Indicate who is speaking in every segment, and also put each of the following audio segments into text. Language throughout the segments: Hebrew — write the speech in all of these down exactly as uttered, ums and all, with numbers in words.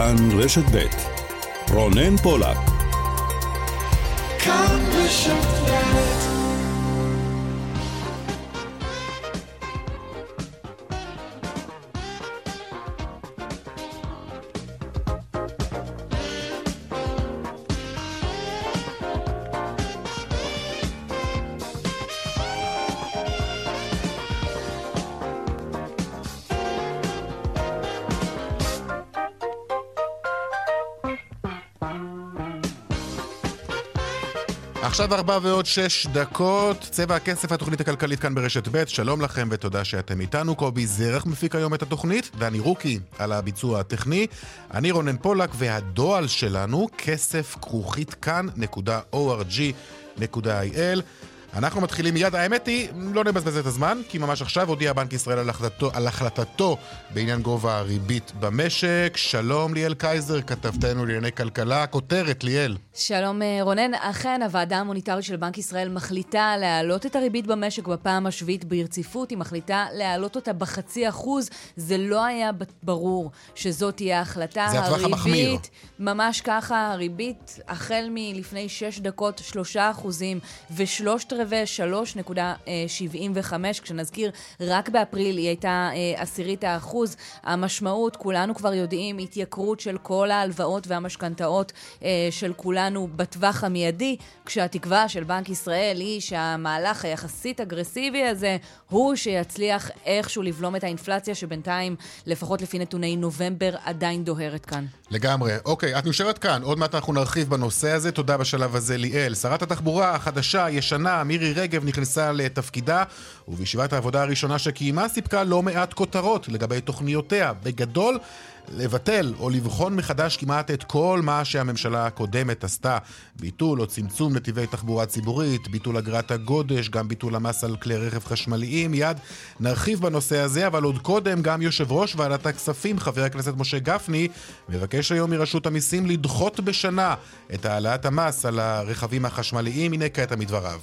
Speaker 1: כאן רשת ב' רונן פולק.
Speaker 2: כאן רשת ב'.
Speaker 3: עכשיו ארבע ועוד שש דקות, צבע הכסף, התוכנית הכלכלית כאן ברשת ב'. שלום לכם ותודה שאתם איתנו. קובי זרח מפיק היום את התוכנית, דני רוקי על הביצוע הטכני, אני רונן פולק, והדואל שלנו כסף כרוכית כאן נקודה או אר ג'י נקודה איי אל. אנחנו מתחילים מיד. האמת היא, לא נבזבז את הזמן, כי ממש עכשיו הודיע בנק ישראל על החלטתו, על החלטתו בעניין גובה הריבית במשק. שלום ליאל קייזר, כתבתנו לענייני כלכלה. כותרת, ליאל.
Speaker 4: שלום רונן, אכן הוועדה המוניטרית של בנק ישראל מחליטה להעלות את הריבית במשק בפעם השביעית ברציפות. היא מחליטה להעלות אותה בחצי אחוז. זה לא היה ברור שזאת תהיה ההחלטה.
Speaker 3: זה הטווח המחמיר.
Speaker 4: ממש ככה, הריבית החל מלפני שש דקות שלושה אחוזים ושלושת רבעי שלוש נקודה שבעים וחמש, כשנזכיר רק באפריל היא הייתה עשירית האחוז. המשמעות, כולנו כבר יודעים, התייקרות של כל ההלוואות והמשכנתאות של כולנו בטווח המיידי, כשהתקווה של בנק ישראל היא שהמהלך היחסית אגרסיבי הזה הוא שיצליח איכשהו לבלום את האינפלציה שבינתיים, לפחות לפי נתוני נובמבר, עדיין דוהרת כאן.
Speaker 3: לגמרי. אוקיי, את נשארת כאן. עוד מעט אנחנו נרחיב בנושא הזה. תודה בשלב הזה ליאל. שרת התחבורה החדשה, ישנה, מירי רגב, נכנסה לתפקידה, ובישיבת העבודה הראשונה שקיימה סיפקה לא מעט כותרות לגבי תוכניותיה. בגדול, לבטל או לבחון מחדש כמעט את כל מה שהממשלה הקודמת עשתה. ביטול או צמצום נתיבי תחבורה ציבורית, ביטול אגרת הגודש, גם ביטול המס על כלי רכב חשמליים. מיד נרחיב בנושא הזה, אבל עוד קודם גם יושב ראש ועדת הכספים, חבר הכנסת משה גפני, מבקש היום מרשות המיסים לדחות בשנה את העלאת המס על הרכבים החשמליים. הנה כעת מדבריו.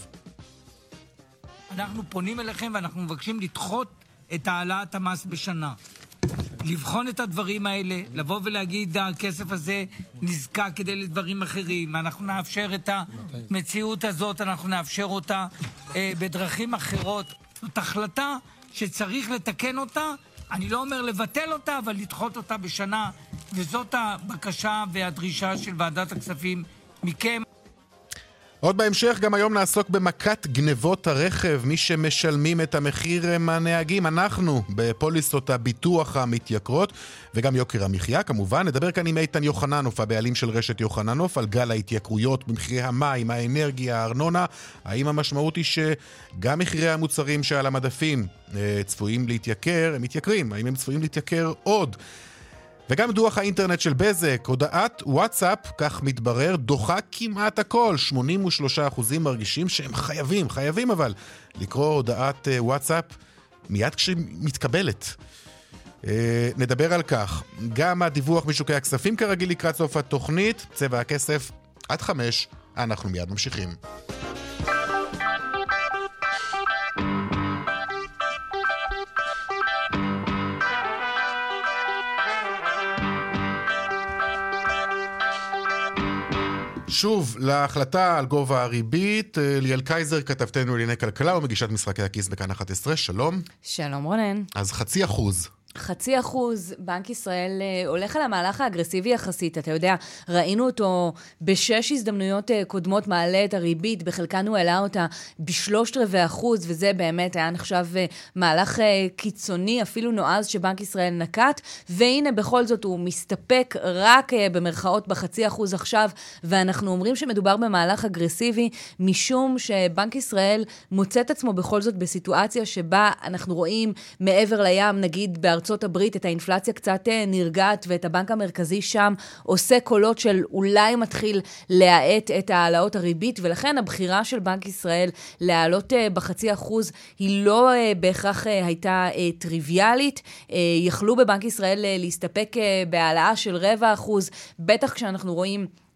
Speaker 5: אנחנו פונים אליכם ואנחנו מבקשים לדחות את העלאת המס בשנה. לבחון את הדברים האלה, לבוא ולהגיד הכסף הזה נזקק כדי לדברים אחרים, אנחנו נאפשר את המציאות הזאת, אנחנו נאפשר אותה אה, בדרכים אחרות. זאת החלטה שצריך לתקן אותה, אני לא אומר לבטל אותה, אבל לדחות אותה בשנה, וזאת הבקשה והדרישה של ועדת הכספים מכם.
Speaker 3: עוד בהמשך, גם היום נעסוק במכת גנבות הרכב. מי שמשלמים את המחיר הם הנהגים, אנחנו בפוליסות הביטוח המתייקרות, וגם יוקר המחיה כמובן. נדבר כאן עם איתן יוחננוף, הבעלים של רשת יוחננוף, על גל ההתייקרויות במחירי המים, האנרגיה, הארנונה. האם המשמעות היא שגם מחירי המוצרים שעל המדפים צפויים להתייקר, הם מתייקרים? האם הם צפויים להתייקר עוד? וגם דוח האינטרנט של בזק, הודעת וואטסאפ, כך מתברר, דוחה כמעט הכל. שמונים ושלושה אחוזים מרגישים שהם חייבים, חייבים אבל, לקרוא הודעת וואטסאפ מיד כשהיא מתקבלת. נדבר על כך. גם הדיווח משוקי הכספים כרגיל לקראת סוף התוכנית. צבע הכסף עד חמש, אנחנו מיד ממשיכים. שוב, להחלטה על גובה הריבית, ליאל קייזר, כתבתנו לענייני כלכלה ומגישת משחקי הכיס בכאן אחת עשרה. שלום.
Speaker 4: שלום רונן.
Speaker 3: אז חצי אחוז.
Speaker 4: חצי אחוז, בנק ישראל הולך על המהלך האגרסיבי יחסית. אתה יודע, ראינו אותו בשש הזדמנויות קודמות מעלה את הריבית, בחלקן הוא העלה אותה בשלושת רבעי אחוז, וזה באמת היה נחשב מהלך קיצוני, אפילו נועז שבנק ישראל נקט, והנה בכל זאת הוא מסתפק רק במרכאות בחצי אחוז עכשיו, ואנחנו אומרים שמדובר במהלך אגרסיבי, משום שבנק ישראל מוצא את עצמו בכל זאת בסיטואציה שבה אנחנו רואים מעבר לים, נגיד בארצות ארצות הברית, את האינפלציה קצת נרגעת, ואת הבנק המרכזי שם עושה קולות של אולי מתחיל להעט את העלאות הריבית, ולכן הבחירה של בנק ישראל להעלות בחצי אחוז היא לא בהכרח הייתה טריוויאלית. יכלו בבנק ישראל להסתפק בהעלאה של רבע אחוז, בטח כשאנחנו רואים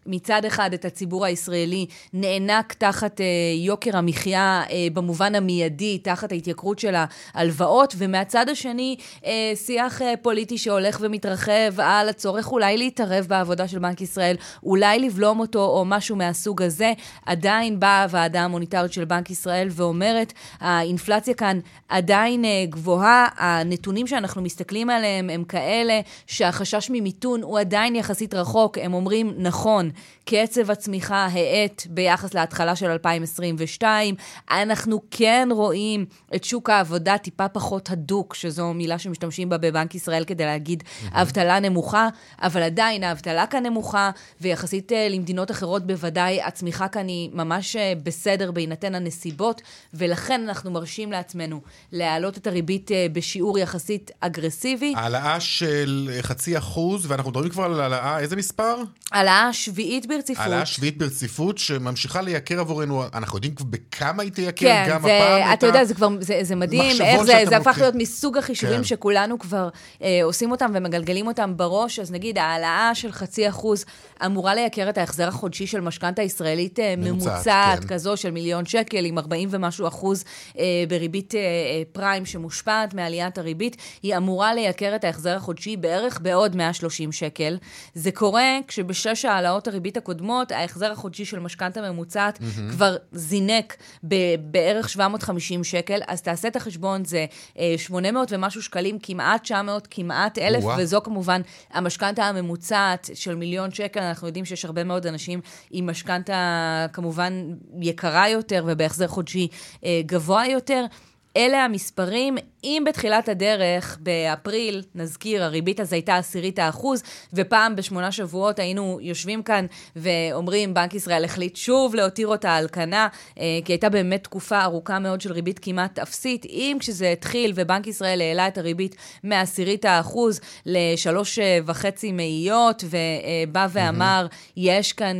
Speaker 4: מצד אחד את הציבור הישראלי נענק תחת אה, יוקר המחיה אה, במובן המיידי, תחת ההתייקרות של ההלוואות, ומהצד השני אה, שיח אה, פוליטי שהולך ומתרחב על הצורך אולי להתערב בעבודה של בנק ישראל, אולי לבלום אותו או משהו מהסוג הזה. עדיין באה הוועדה המוניטרית של בנק ישראל ואומרת, האינפלציה כאן עדיין אה, גבוהה, הנתונים שאנחנו מסתכלים עליהם הם כאלה שהחשש ממיתון הוא עדיין יחסית רחוק. הם אומרים נכון, קצב הצמיחה האט ביחס להתחלה של אלפיים עשרים ושתיים, אנחנו כן רואים את שוק העבודה טיפה פחות הדוק, שזו מילה שמשתמשים בה בבנק ישראל כדי להגיד אבטלה נמוכה, אבל עדיין האבטלה כאן נמוכה, ויחסית למדינות אחרות בוודאי הצמיחה כאן היא ממש בסדר בהינתן הנסיבות, ולכן אנחנו מרשים לעצמנו להעלות את הריבית בשיעור יחסית אגרסיבי.
Speaker 3: העלאה של חצי אחוז, ואנחנו מדברים כבר על העלאה, איזה מספר?
Speaker 4: העלאה שביעית ברציפות.
Speaker 3: העלאה שביעית ברציפות שממשיכה לייקר עבורנו, אנחנו יודעים בכמה היא תייקר
Speaker 4: כן,
Speaker 3: גם
Speaker 4: זה,
Speaker 3: הפעם.
Speaker 4: אתה יודע, זה כבר, זה, זה מדהים, איך זה, זה הפך להיות מסוג החישובים
Speaker 3: כן.
Speaker 4: שכולנו כבר אה, עושים אותם ומגלגלים אותם בראש. אז נגיד, העלאה של חצי אחוז אמורה לייקר את ההחזר החודשי של משכנתה ישראלית אה, ממוצעת, ממוצעת כן. כזו של מיליון שקל, עם ארבעים ומשהו אחוז אה, בריבית אה, אה, פריים שמושפעת מעליית הריבית, היא אמורה לייקר את ההחזר החודשי בערך בעוד מאה ושלושים שקל. זה קורה כשבשש העלאות הריבית הקודמות, ההחזר החודשי של משכנתה ממוצעת mm-hmm. כבר זינק בערך שבע מאות וחמישים שקל, אז תעשה את החשבון, זה שמונה מאות ומשהו שקלים, כמעט תשע מאות, כמעט אלף, וואו. וזו כמובן המשכנתה הממוצעת של מיליון שקל. אנחנו יודעים שיש הרבה מאוד אנשים עם משכנתה כמובן יקרה יותר, ובהחזר חודשי גבוה יותר. אלה המספרים. אם בתחילת הדרך, באפריל, נזכיר, הריבית אז הייתה עשירית האחוז, ופעם בשמונה שבועות היינו יושבים כאן ואומרים, בנק ישראל החליט שוב להותיר אותה על כנה, כי הייתה באמת תקופה ארוכה מאוד של ריבית כמעט אפסית. אם כשזה התחיל ובנק ישראל העלה את הריבית מעשירית האחוז לשלוש וחצי מאיות, ובא ואמר, יש כאן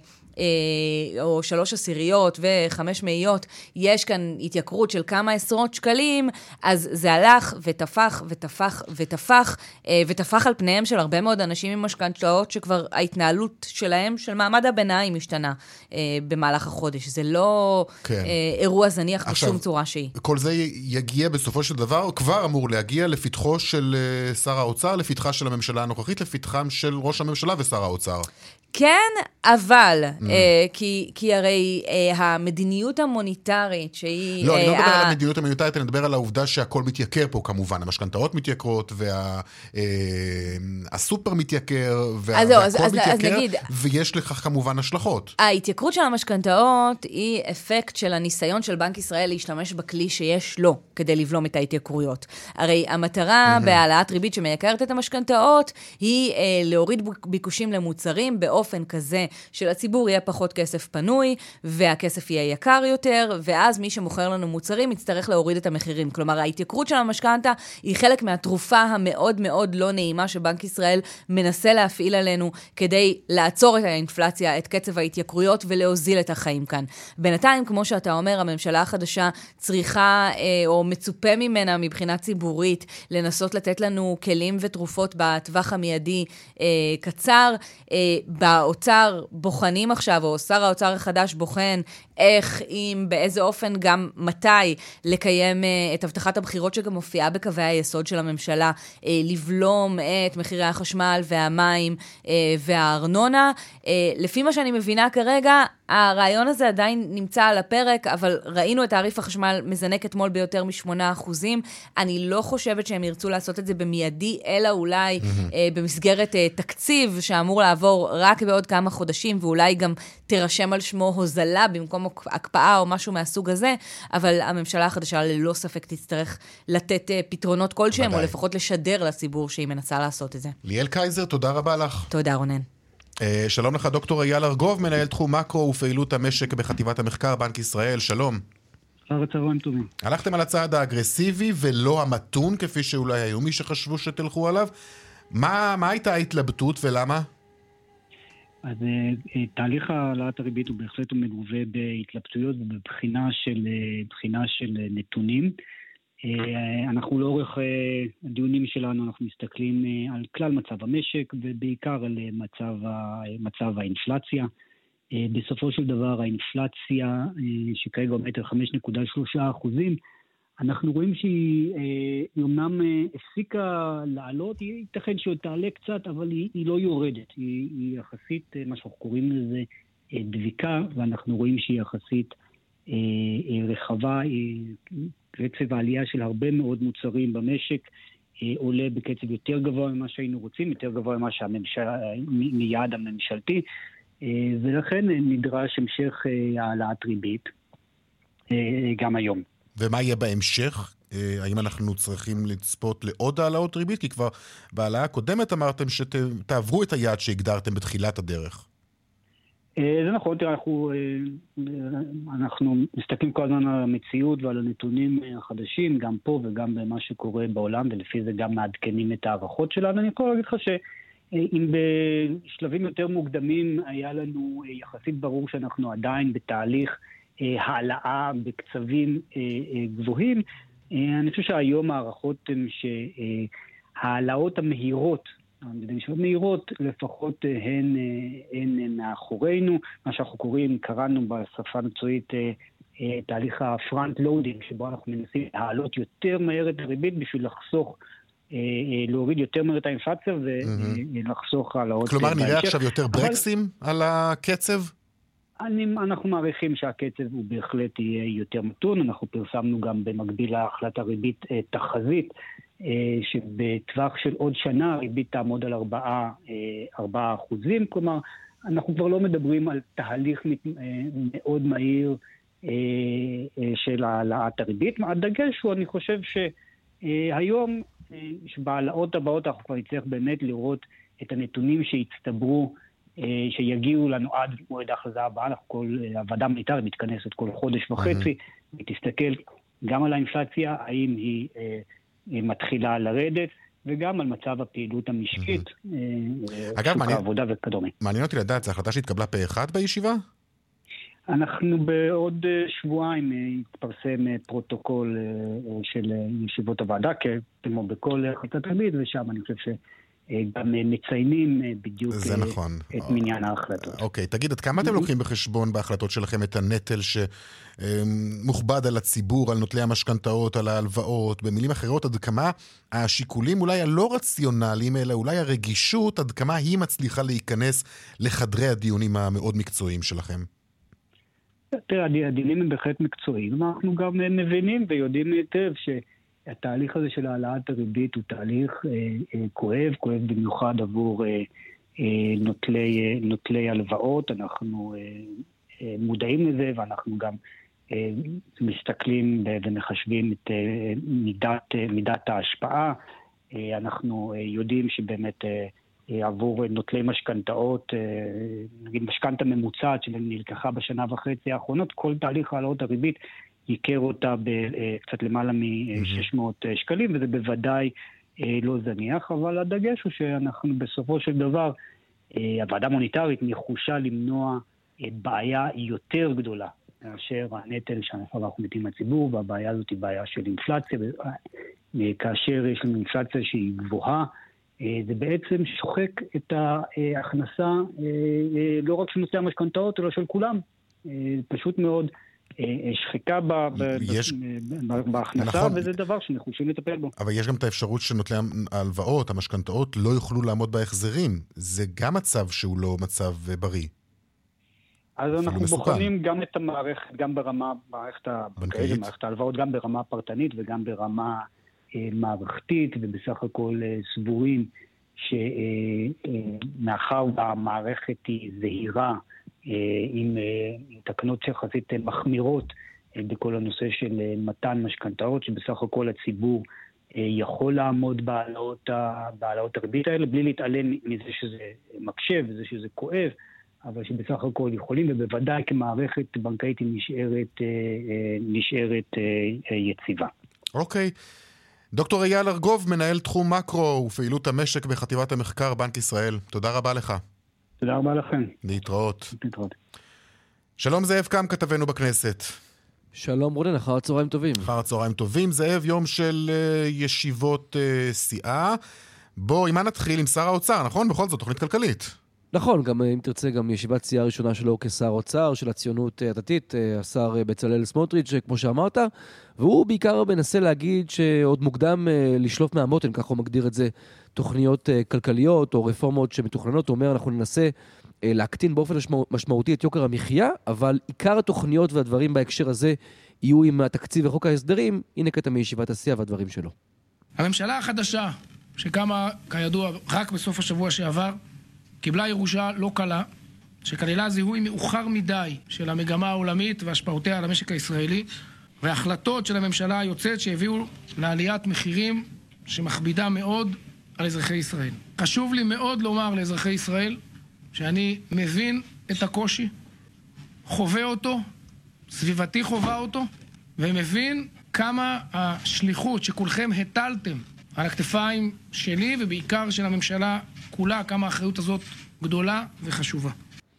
Speaker 4: או שלוש עשיריות וחמש מאיות, יש כאן התייקרות של כמה עשרות שקלים, אז זה הלך ותפח ותפח ותפח, ותפח על פניהם של הרבה מאוד אנשים עם משכנתאות, שכבר ההתנהלות שלהם, של מעמד הביניים, משתנה במהלך החודש. זה לא כן. אירוע זניח עכשיו, בשום צורה שהיא.
Speaker 3: כל זה יגיע בסופו של דבר, כבר אמור להגיע לפתחו של שר האוצר, לפתחה של הממשלה הנוכחית, לפתחם של ראש הממשלה ושר האוצר.
Speaker 4: כן, אבל, mm. uh, כי, כי הרי uh, המדיניות המוניטרית שהיא...
Speaker 3: לא, uh, אני לא מדבר ה... על המדיניות המוניטרית, אני מדבר על העובדה שהכל מתייקר פה כמובן. המשכנתאות מתייקרות, והסופר וה, uh, מתייקר, וה,
Speaker 4: אז
Speaker 3: והכל
Speaker 4: אז, אז,
Speaker 3: מתייקר,
Speaker 4: אז נגיד,
Speaker 3: ויש לכך כמובן השלכות.
Speaker 4: ההתייקרות של המשכנתאות היא אפקט של הניסיון של בנק ישראל להשתמש בכלי שיש לו, כדי לבלום את ההתייקרויות. הרי המטרה mm-hmm. בהעלאת ריבית שמייקרת את המשכנתאות, היא uh, להוריד ביקושים למוצרים, באופן כזה שלציבור יהיה פחות כסף פנוי, והכסף יהיה יקר יותר, ואז מי שמוכר לנו מוצרים יצטרך להוריד את המחירים. כלומר, ההתייקרות של המשכנתה היא חלק מהתרופה המאוד מאוד לא נעימה שבנק ישראל מנסה להפעיל עלינו, כדי לעצור את האינפלציה, את קצב ההתייקרויות, ולהוזיל את החיים כאן. בינתיים, כמו שאתה אומר, הממשלה החדשה צריכה, או מצופה ממנה מבחינה ציבורית, לנסות לתת לנו כלים ותרופות בטווח המיידי קצר. באוצר בוחנים עכשיו, או שר האוצר החדש בוחן, איך, אם, באיזה אופן, גם מתי לקיים את הבטחת הבחירות שגם מופיעה בקווי היסוד של הממשלה, לבלום את מחירי החשמל והמים והארנונה. לפי מה שאני מבינה כרגע, הרעיון הזה עדיין נמצא על הפרק, אבל ראינו את תעריף החשמל מזנק אתמול ביותר משמונה אחוזים. אני לא חושבת שהם ירצו לעשות את זה במיידי, אלא אולי mm-hmm. במסגרת תקציב שאמור לעבור רק בעוד כמה חודשים, ואולי גם תירשם על שמו הוזלה במקום הקפאה או משהו מהסוג הזה, אבל הממשלה החדשה ללא ספק תצטרך לתת פתרונות כלשהם, או לפחות לשדר לציבור שהיא מנסה לעשות את זה.
Speaker 3: ליאל קייזר, תודה רבה לך.
Speaker 4: תודה רונן.
Speaker 3: שלום לך דוקטור אייל ארגוב, מנהל תחום מקרו ופעילות המשק בחטיבת המחקר בנק ישראל, שלום.
Speaker 6: אחר צהריים טובים.
Speaker 3: הלכתם על הצעד האגרסיבי ולא המתון, כפי שאולי היו מי שחשבו שתלכו עליו. מה, מה הייתה ההתלבטות ולמה?
Speaker 6: אז תהליך העלאת הריבית הוא בהחלט מלווה בהתלבטויות ובבחינה של, בחינה של נתונים. אנחנו לאורך הדיונים שלנו, אנחנו מסתכלים על כלל מצב המשק, ובעיקר על מצב, מצב האינפלציה. בסופו של דבר, האינפלציה, שכרגע עומדת על חמש נקודה שלושה אחוזים, אנחנו רואים שהיא אומנם הפסיקה לעלות, היא ייתכן שהיא תעלה קצת, אבל היא, היא לא יורדת. היא, היא יחסית, מה שאנחנו קוראים לזה, דביקה, ואנחנו רואים שהיא יחסית רחבה. קצב העלייה של הרבה מאוד מוצרים במשק עולה בקצב יותר גבוה ממה שהיינו רוצים, יותר גבוה ממה שהממשל, מיעד הממשלתי, ולכן נדרש המשך העלאת ריבית גם היום.
Speaker 3: ומה יהיה בהמשך? האם אנחנו צריכים לצפות לעוד העלאות ריבית? כי כבר בהעלאה הקודמת אמרתם שתעברו את היעד שהגדרתם בתחילת הדרך.
Speaker 6: זה נכון, תראה, אנחנו, אנחנו מסתכלים כל הזמן על המציאות ועל הנתונים החדשים, גם פה וגם במה שקורה בעולם, ולפי זה גם מעדכנים את הערכות שלנו. אני יכול להגיד לך שאם בשלבים יותר מוקדמים היה לנו יחסית ברור שאנחנו עדיין בתהליך העלאה בקצבים גבוהים, אני חושב שהיום הערכות הן שהעלאות המהירות, המהירות מהירות לפחות הן, הן מאחורינו, מה שאנחנו קוראים, קראנו בשפה מקצועית תהליך הפרנט לואודינג, שבו אנחנו מנסים להעלות יותר מהר את הריבית בשביל לחסוך, להוריד יותר מהר את האינפלציה ולחסוך העלאות.
Speaker 3: כלומר, נראה עכשיו יותר ברקסים על הקצב?
Speaker 6: אני, אנחנו מעריכים שהקצב הוא בהחלט יהיה יותר מתון. אנחנו פרסמנו גם במקביל להחלטת הריבית תחזית, שבטווח של עוד שנה הריבית תעמוד על ארבעה, ארבעה אחוזים. כלומר, אנחנו כבר לא מדברים על תהליך מאוד מהיר של העלאת הריבית. הדגש הוא, אני חושב שהיום, שבהעלאות הבאות אנחנו כבר נצטרך באמת לראות את הנתונים שהצטברו, שיגיעו לנו עד מועד ההכרזה הבאה. אנחנו כל, הוועדה המוניטרית מתכנסת כל חודש וחצי, ותסתכל גם על האינפלציה, האם היא, היא מתחילה לרדת, וגם על מצב הפעילות המשקית, שוק העבודה וכדומה.
Speaker 3: מעניין אותי לדעת, זו החלטה שהתקבלה פה אחד בישיבה?
Speaker 6: אנחנו בעוד שבועיים התפרסם פרוטוקול של ישיבות הוועדה, כמו בכל החלטת ריבית, ושם אני חושב ש... גם מציינים בדיוק
Speaker 3: נכון.
Speaker 6: את מניין ההחלטות.
Speaker 3: אוקיי, תגיד, עד כמה אתם לוקחים בחשבון בהחלטות שלכם את הנטל שמוכבד על הציבור, על נוטלי המשכנתאות, על ההלוואות, במילים אחרות, עד כמה השיקולים אולי הלא רציונליים, אלא אולי הרגישות, עד כמה היא מצליחה להיכנס לחדרי הדיונים המאוד מקצועיים שלכם?
Speaker 6: תראה, הדיונים הם בהחלט מקצועיים, אנחנו גם מבינים ויודעים היטב ש... התהליך הזה של העלאת הריבית הוא תהליך אה, אה, כואב, כואב במיוחד עבור אה, אה, נוטלי, אה, נוטלי הלוואות. אנחנו אה, אה, מודעים לזה, ואנחנו גם אה, מסתכלים ומחשבים את אה, מידת, אה, מידת ההשפעה. אה, אנחנו אה, יודעים שבאמת אה, אה, עבור נוטלי משכנתאות, אה, נגיד משכנתה ממוצעת שנלקחה בשנה וחצי האחרונות, כל תהליך העלאות הריבית ייקר אותה בקצת למעלה מ-שש מאות שקלים, וזה בוודאי לא זניח, אבל הדגש הוא שאנחנו בסופו של דבר, הוועדה המוניטרית נחושה למנוע בעיה יותר גדולה, מאשר הנטל שאנחנו מתים לציבור, והבעיה הזאת היא בעיה של אינפלציה, כאשר יש לנו אינפלציה שהיא גבוהה, זה בעצם שוחק את ההכנסה לא רק של נושאי המשכנתאות, אלא של כולם. פשוט מאוד שחיקה בהכנסה, וזה דבר שנחושים לטפל בו.
Speaker 3: אבל יש גם את האפשרות שנוטלי ההלוואות, המשכנתאות, לא יוכלו לעמוד בהחזרים. זה גם מצב שהוא לא מצב בריא.
Speaker 6: אז אנחנו בוחנים גם את המערכת, גם ברמה, מערכת הבנקאית, מערכת ההלוואות, גם ברמה פרטנית וגם ברמה מערכתית, ובסך הכל סבורים שמאחר והמערכת היא זהירה, עם תקנות שיחסית מחמירות בכל הנושא של מתן משכנתאות, שבסך הכל הציבור יכול לעמוד בהעלאות, בהעלאות הריבית האלה, בלי להתעלם מזה שזה מקשה וזה שזה כואב, אבל שבסך הכל יכולים, ובוודאי כמערכת בנקאית היא נשארת, נשארת יציבה.
Speaker 3: אוקיי. דוקטור אייל ארגוב, מנהל תחום מקרו ופעילות המשק בחטיבת המחקר בנק ישראל. תודה רבה לך.
Speaker 6: תודה רבה לכם.
Speaker 3: להתראות.
Speaker 6: להתראות.
Speaker 3: שלום זאב קם, כתבנו בכנסת.
Speaker 7: שלום רונן, אחר הצהריים טובים.
Speaker 3: אחר הצהריים טובים, זאב, יום של uh, ישיבות uh, סיעה. בוא, עם מה נתחיל? עם שר האוצר, נכון? בכל זאת, תוכנית כלכלית.
Speaker 7: נכון, גם אם תרצה, גם ישיבת סיעה ראשונה שלו כשר אוצר, של הציונות הדתית, השר בצלאל סמוטריץ', כמו שאמרת, והוא בעיקר מנסה להגיד שעוד מוקדם לשלוף מהמותן, ככה הוא מגדיר את זה, תוכניות כלכליות או רפורמות שמתוכננות. הוא אומר, אנחנו ננסה להקטין באופן משמעותי את יוקר המחיה, אבל עיקר התוכניות והדברים בהקשר הזה יהיו עם התקציב וחוק ההסדרים. הנה קטע מישיבת הסיעה והדברים שלו.
Speaker 8: הממשלה החדשה, שקמה כידוע רק בסוף השבוע שעבר, קיבלה ירושה לא קלה, שכללה זיהוי מאוחר מדי של המגמה העולמית והשפעותיה על המשק הישראלי, והחלטות של הממשלה היוצאת שהביאו לעליית מחירים שמכבידה מאוד על אזרחי ישראל. חשוב לי מאוד לומר לאזרחי ישראל שאני מבין את הקושי, חווה אותו, סביבתי חווה אותו, ומבין כמה השליחות שכולכם הטלתם על הכתפיים שלי ובעיקר של הממשלה כולה, כמה האחריות הזאת גדולה וחשובה.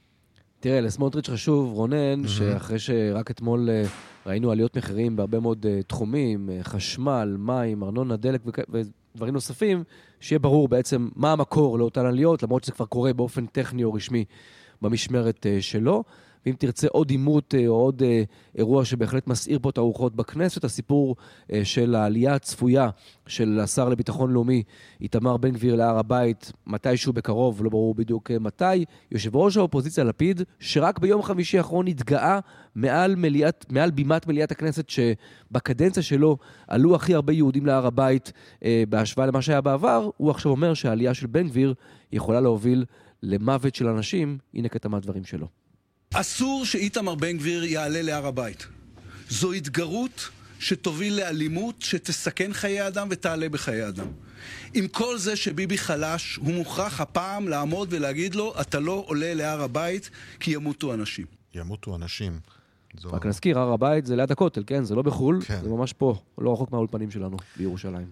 Speaker 7: תראה, לסמוטריץ' חשוב, רונן, mm-hmm. שאחרי שרק אתמול ראינו עליות מחירים בהרבה מאוד תחומים, חשמל, מים, ארנונה, דלק ודברים נוספים, שיהיה ברור בעצם מה המקור לאותן עליות, למרות שזה כבר קורה באופן טכני או רשמי במשמרת שלו. ואם תרצה עוד עימות או עוד אירוע שבהחלט מסעיר פה את הרוחות בכנסת, הסיפור של העלייה הצפויה של השר לביטחון לאומי, איתמר בן גביר להר הבית, מתישהו בקרוב, לא ברור בדיוק מתי, יושב ראש האופוזיציה לפיד, שרק ביום חמישי האחרון התגאה מעל, מליאת, מעל בימת מליאת הכנסת, שבקדנציה שלו עלו הכי הרבה יהודים להר הבית בהשוואה למה שהיה בעבר, הוא עכשיו אומר שהעלייה של בן גביר יכולה להוביל למוות של אנשים. הנה קטע מהדברים שלו.
Speaker 9: אסור שאיתמר בן גביר יעלה להר הבית. זו התגרות שתוביל לאלימות, שתסכן חיי אדם ותעלה בחיי אדם. עם כל זה שביבי חלש, הוא מוכרח הפעם לעמוד ולהגיד לו, אתה לא עולה להר הבית כי ימותו אנשים.
Speaker 3: ימותו אנשים. זו...
Speaker 7: רק נזכיר, הר הבית זה ליד הכותל, כן? זה לא בחול,
Speaker 3: כן.
Speaker 7: זה ממש פה, לא רחוק מהאולפנים שלנו בירושלים.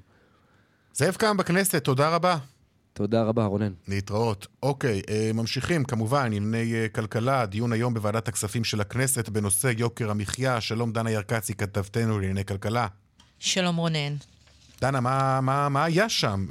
Speaker 3: זאב קם בכנסת, תודה רבה.
Speaker 7: תודה רבה, רונן.
Speaker 3: להתראות. אוקיי, ממשיכים כמובן ענייני כלכלה, דיון היום בוועדת הכספים של הכנסת בנושא יוקר המחיה. שלום דנה ירקצי, כתבתנו לענייני כלכלה.
Speaker 10: שלום רונן.
Speaker 3: דנה, מה, מה, מה היה שם?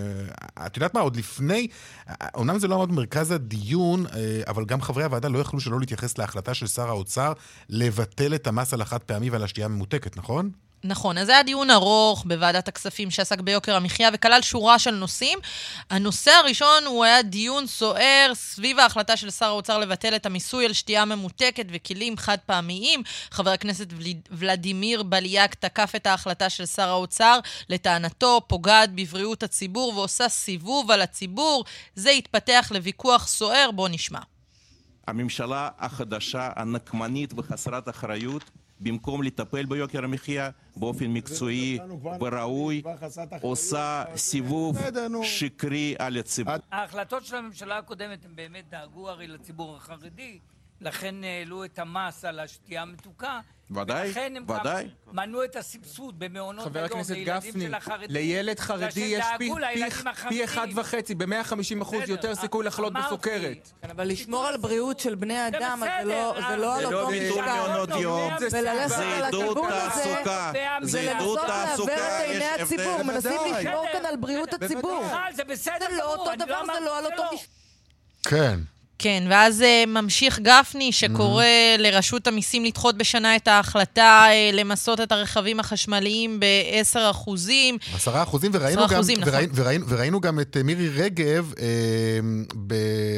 Speaker 3: את יודעת מה, עוד לפני, אומנם זה לא עמד במרכז הדיון, אבל גם חברי הוועדה לא יכלו שלא להתייחס להחלטה של שר האוצר לבטל את המס על החד פעמי ועל השתייה הממותקת, נכון?
Speaker 10: נכון, אז זה היה דיון ארוך בוועדת הכספים שעסק ביוקר המחיה וכלל שורה של נושאים. הנושא הראשון הוא היה דיון סוער סביב ההחלטה של שר האוצר לבטל את המיסוי על שתייה ממותקת וכלים חד פעמיים. חבר הכנסת ולדימיר בליאק תקף את ההחלטה של שר האוצר, לטענתו פוגעת בבריאות הציבור ועושה סיבוב על הציבור. זה התפתח לוויכוח סוער, בוא נשמע.
Speaker 11: הממשלה החדשה, הנקמנית וחסרת אחריות, במקום לטפל ביוקר המחיה באופן מקצועי וראוי, עושה סיבוב שקרי על הציבור.
Speaker 5: ההחלטות של הממשלה הקודמת הם באמת דאגו הרי לציבור החרדי, לכן העלו את המס על השתייה המתוקה,
Speaker 11: ודאי,
Speaker 5: ולכן הם
Speaker 11: ודאי.
Speaker 5: גם מנעו את הסבסוד במעונות
Speaker 12: חבר
Speaker 5: היום
Speaker 12: הכנסת
Speaker 5: לילדים
Speaker 12: גפני,
Speaker 5: של החרדים.
Speaker 12: לילד חרדי יש פי, פי, פי אחד וחצי, ב-מאה וחמישים אחוז יותר סיכוי לחלות בסוכרת.
Speaker 13: אבל לשמור על בריאות של בני אדם, זה לא על אותו
Speaker 11: ביטול מעונות יום, זה עידוד תעסוקה, זה עידוד תעסוקה,
Speaker 13: יש הבדל. מנסים לשמור כאן על בריאות הציבור. זה לא אותו דבר, זה לא על אותו משפט.
Speaker 3: כן.
Speaker 10: כן, ואז uh, ממשיך גפני שקורא mm-hmm. לרשות המיסים לדחות בשנה את ההחלטה uh, למסות את הרכבים החשמליים ב-עשרה אחוזים.
Speaker 3: עשרה אחוזים, וראינו, גם,
Speaker 10: אחוזים,
Speaker 3: וראינו,
Speaker 10: נכון.
Speaker 3: וראינו, וראינו גם את מירי רגב, אה, ב...